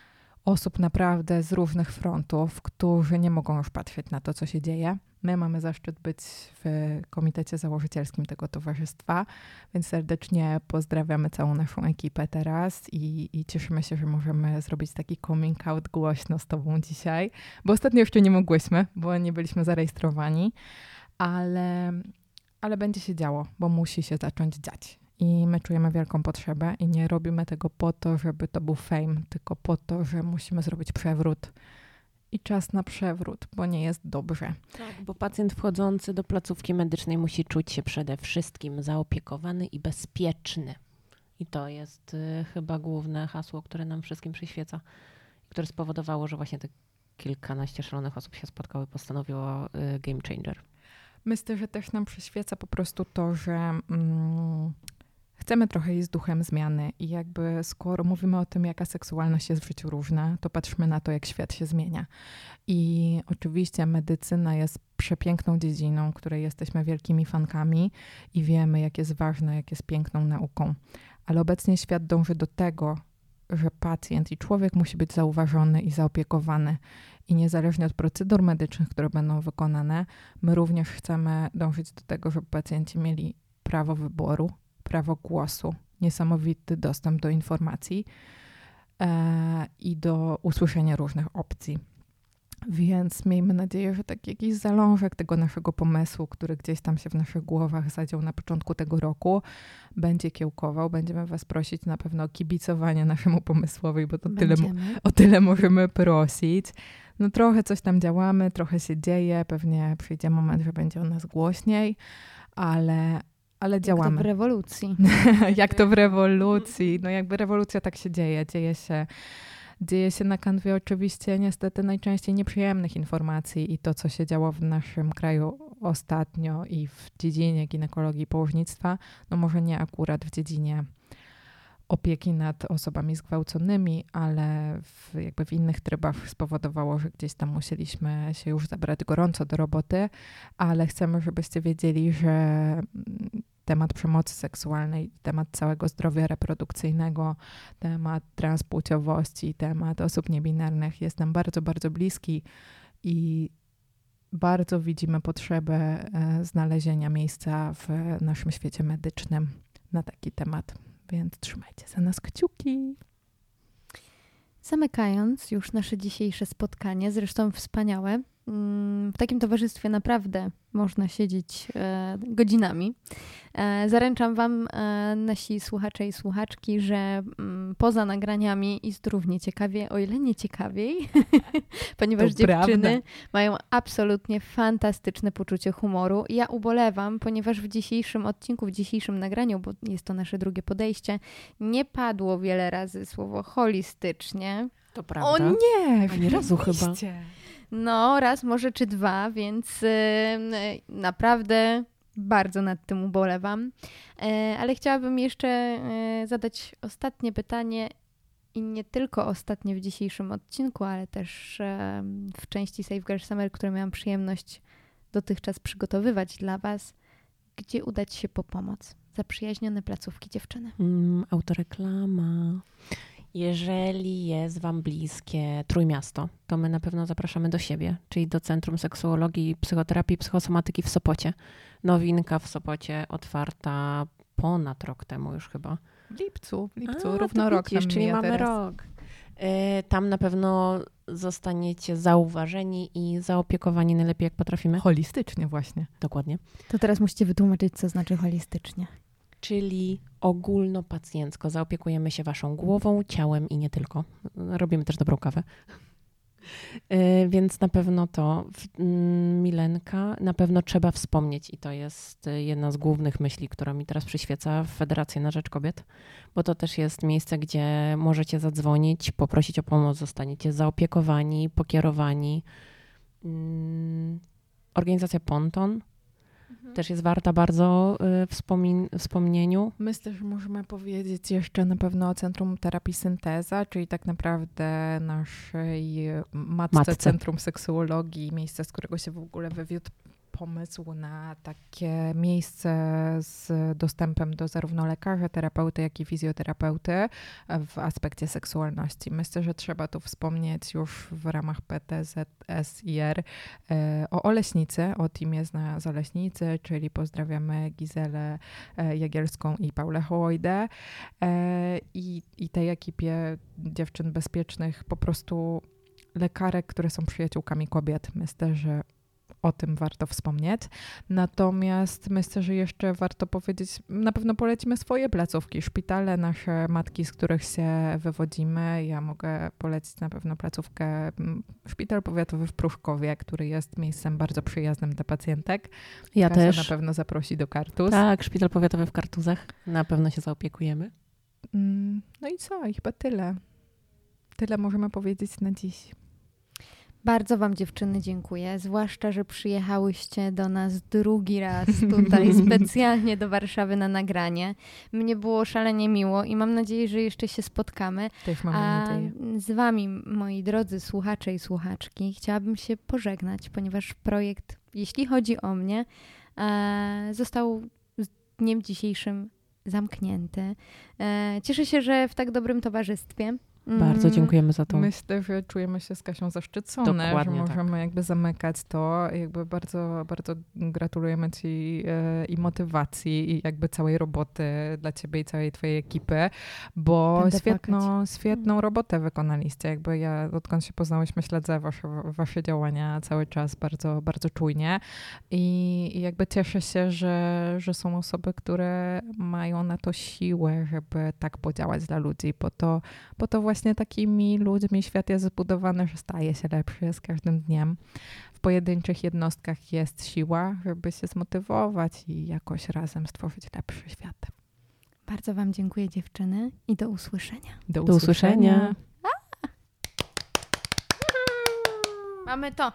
osób naprawdę z różnych frontów, którzy nie mogą już patrzeć na to, co się dzieje. My mamy zaszczyt być w komitecie założycielskim tego towarzystwa, więc serdecznie pozdrawiamy całą naszą ekipę teraz i, i cieszymy się, że możemy zrobić taki coming out głośno z tobą dzisiaj, bo ostatnio jeszcze nie mogłyśmy, bo nie byliśmy zarejestrowani, ale, ale będzie się działo, bo musi się zacząć dziać. I my czujemy wielką potrzebę i nie robimy tego po to, żeby to był fame, tylko po to, że musimy zrobić przewrót. I czas na przewrót, bo nie jest dobrze. Tak, bo pacjent wchodzący do placówki medycznej musi czuć się przede wszystkim zaopiekowany i bezpieczny. I to jest y, chyba główne hasło, które nam wszystkim przyświeca, które spowodowało, że właśnie te kilkanaście szalonych osób się spotkało i postanowiło y, game changer. Myślę, że też nam przyświeca po prostu to, że mm, chcemy trochę iść z duchem zmiany i jakby skoro mówimy o tym, jaka seksualność jest w życiu różna, to patrzmy na to, jak świat się zmienia. I oczywiście medycyna jest przepiękną dziedziną, której jesteśmy wielkimi fankami i wiemy, jak jest ważna, jak jest piękną nauką. Ale obecnie świat dąży do tego, że pacjent i człowiek musi być zauważony i zaopiekowany. I niezależnie od procedur medycznych, które będą wykonane, my również chcemy dążyć do tego, żeby pacjenci mieli prawo wyboru, prawo głosu, niesamowity dostęp do informacji e, i do usłyszenia różnych opcji. Więc miejmy nadzieję, że taki jakiś zalążek tego naszego pomysłu, który gdzieś tam się w naszych głowach zadział na początku tego roku, będzie kiełkował. Będziemy was prosić na pewno o kibicowanie naszemu pomysłowi, bo to tyle, o tyle możemy prosić. No trochę coś tam działamy, trochę się dzieje, pewnie przyjdzie moment, że będzie o nas głośniej, ale, ale działamy. Jak to w rewolucji. Jak to w rewolucji. No jakby rewolucja tak się dzieje. Dzieje się, dzieje się na kanwie oczywiście niestety najczęściej nieprzyjemnych informacji i to, co się działo w naszym kraju ostatnio i w dziedzinie ginekologii i położnictwa, no może nie akurat w dziedzinie opieki nad osobami zgwałconymi, ale w, jakby w innych trybach spowodowało, że gdzieś tam musieliśmy się już zabrać gorąco do roboty, ale chcemy, żebyście wiedzieli, że temat przemocy seksualnej, temat całego zdrowia reprodukcyjnego, temat transpłciowości, temat osób niebinarnych jest nam bardzo, bardzo bliski i bardzo widzimy potrzebę znalezienia miejsca w naszym świecie medycznym na taki temat. Więc trzymajcie za nas kciuki. Zamykając już nasze dzisiejsze spotkanie, zresztą wspaniałe, w takim towarzystwie naprawdę można siedzieć e, godzinami. E, zaręczam wam, e, nasi słuchacze i słuchaczki, że m, poza nagraniami jest równie ciekawie, o ile nie ciekawiej, ponieważ To dziewczyny prawda. mają absolutnie fantastyczne poczucie humoru. Ja ubolewam, ponieważ w dzisiejszym odcinku, w dzisiejszym nagraniu, bo jest to nasze drugie podejście, nie padło wiele razy słowo holistycznie. To prawda. O nie! Ani razu chyba. rzeczywiście. No, raz może czy dwa, więc yy, naprawdę bardzo nad tym ubolewam. Yy, ale chciałabym jeszcze yy, zadać ostatnie pytanie i nie tylko ostatnie w dzisiejszym odcinku, ale też yy, w części Safe Girl Summer, które miałam przyjemność dotychczas przygotowywać dla was. Gdzie udać się po pomoc? Zaprzyjaźnione placówki dziewczyny. Mm, autoreklama. Jeżeli jest wam bliskie Trójmiasto, to my na pewno zapraszamy do siebie, czyli do Centrum Seksuologii, Psychoterapii i Psychosomatyki w Sopocie. Nowinka w Sopocie, otwarta ponad rok temu już chyba. W lipcu, w lipcu, A, równo to rok widzisz, nam czyli mija mamy teraz. rok. Y, Tam na pewno zostaniecie zauważeni i zaopiekowani najlepiej jak potrafimy. Holistycznie właśnie. Dokładnie. To teraz musicie wytłumaczyć, co znaczy holistycznie. Czyli ogólnopacjencko zaopiekujemy się waszą głową, ciałem i nie tylko. Robimy też dobrą kawę. Yy, więc na pewno to, w- mm, Milenka, na pewno trzeba wspomnieć i to jest y, jedna z głównych myśli, która mi teraz przyświeca w Federacji na Rzecz Kobiet, bo to też jest miejsce, gdzie możecie zadzwonić, poprosić o pomoc, zostaniecie zaopiekowani, pokierowani. Yy, Organizacja Ponton też jest warta bardzo y, wspomin- wspomnieniu. Myślę, że możemy powiedzieć jeszcze na pewno o Centrum Terapii Synteza, czyli tak naprawdę naszej matce, Matce. Centrum Seksuologii, miejsce, z którego się w ogóle wywiódł pomysł na takie miejsce z dostępem do zarówno lekarza, terapeuty, jak i fizjoterapeuty w aspekcie seksualności. Myślę, że trzeba tu wspomnieć już w ramach P T Z S I R o Oleśnicy, o teamie Zna Zaleśnicy, czyli pozdrawiamy Gizelę Jagielską i Paulę Hołojdę i, i tej ekipie dziewczyn bezpiecznych, po prostu lekarek, które są przyjaciółkami kobiet. Myślę, że o tym warto wspomnieć. Natomiast myślę, że jeszcze warto powiedzieć, na pewno polecimy swoje placówki, szpitale, nasze matki, z których się wywodzimy. Ja mogę polecić na pewno placówkę Szpital Powiatowy w Pruszkowie, który jest miejscem bardzo przyjaznym dla pacjentek. Ja Kasia też. na pewno zaprosi do Kartuz. Tak, Szpital Powiatowy w Kartuzach. Na pewno się zaopiekujemy. No i co? I chyba tyle. Tyle możemy powiedzieć na dziś. Bardzo wam dziewczyny dziękuję, zwłaszcza, że przyjechałyście do nas drugi raz tutaj specjalnie do Warszawy na nagranie. Mnie było szalenie miło i mam nadzieję, że jeszcze się spotkamy. Też mamy A nadzieję. z wami, moi drodzy słuchacze i słuchaczki, chciałabym się pożegnać, ponieważ projekt, jeśli chodzi o mnie, e, został z dniem dzisiejszym zamknięty. E, cieszę się, że w tak dobrym towarzystwie. Bardzo dziękujemy za to. Myślę, że czujemy się z Kasią zaszczycone, Dokładnie że możemy tak. jakby zamykać to. Jakby bardzo, bardzo gratulujemy ci e, i motywacji i jakby całej roboty dla ciebie i całej twojej ekipy, bo Będę świetną, świetną robotę wykonaliście. Jakby ja odkąd się poznałyśmy, śledzę wasze, wasze działania cały czas bardzo, bardzo czujnie i, i jakby cieszę się, że, że są osoby, które mają na to siłę, żeby tak podziałać dla ludzi, bo to, bo to właśnie Właśnie takimi ludźmi świat jest zbudowany, że staje się lepszy z każdym dniem. W pojedynczych jednostkach jest siła, żeby się zmotywować i jakoś razem stworzyć lepszy świat. Bardzo wam dziękuję dziewczyny i do usłyszenia. Do, Do usłyszenia. usłyszenia. Mamy to.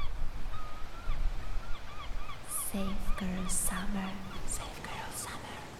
Safe Girl Summer. Safe Girl Summer.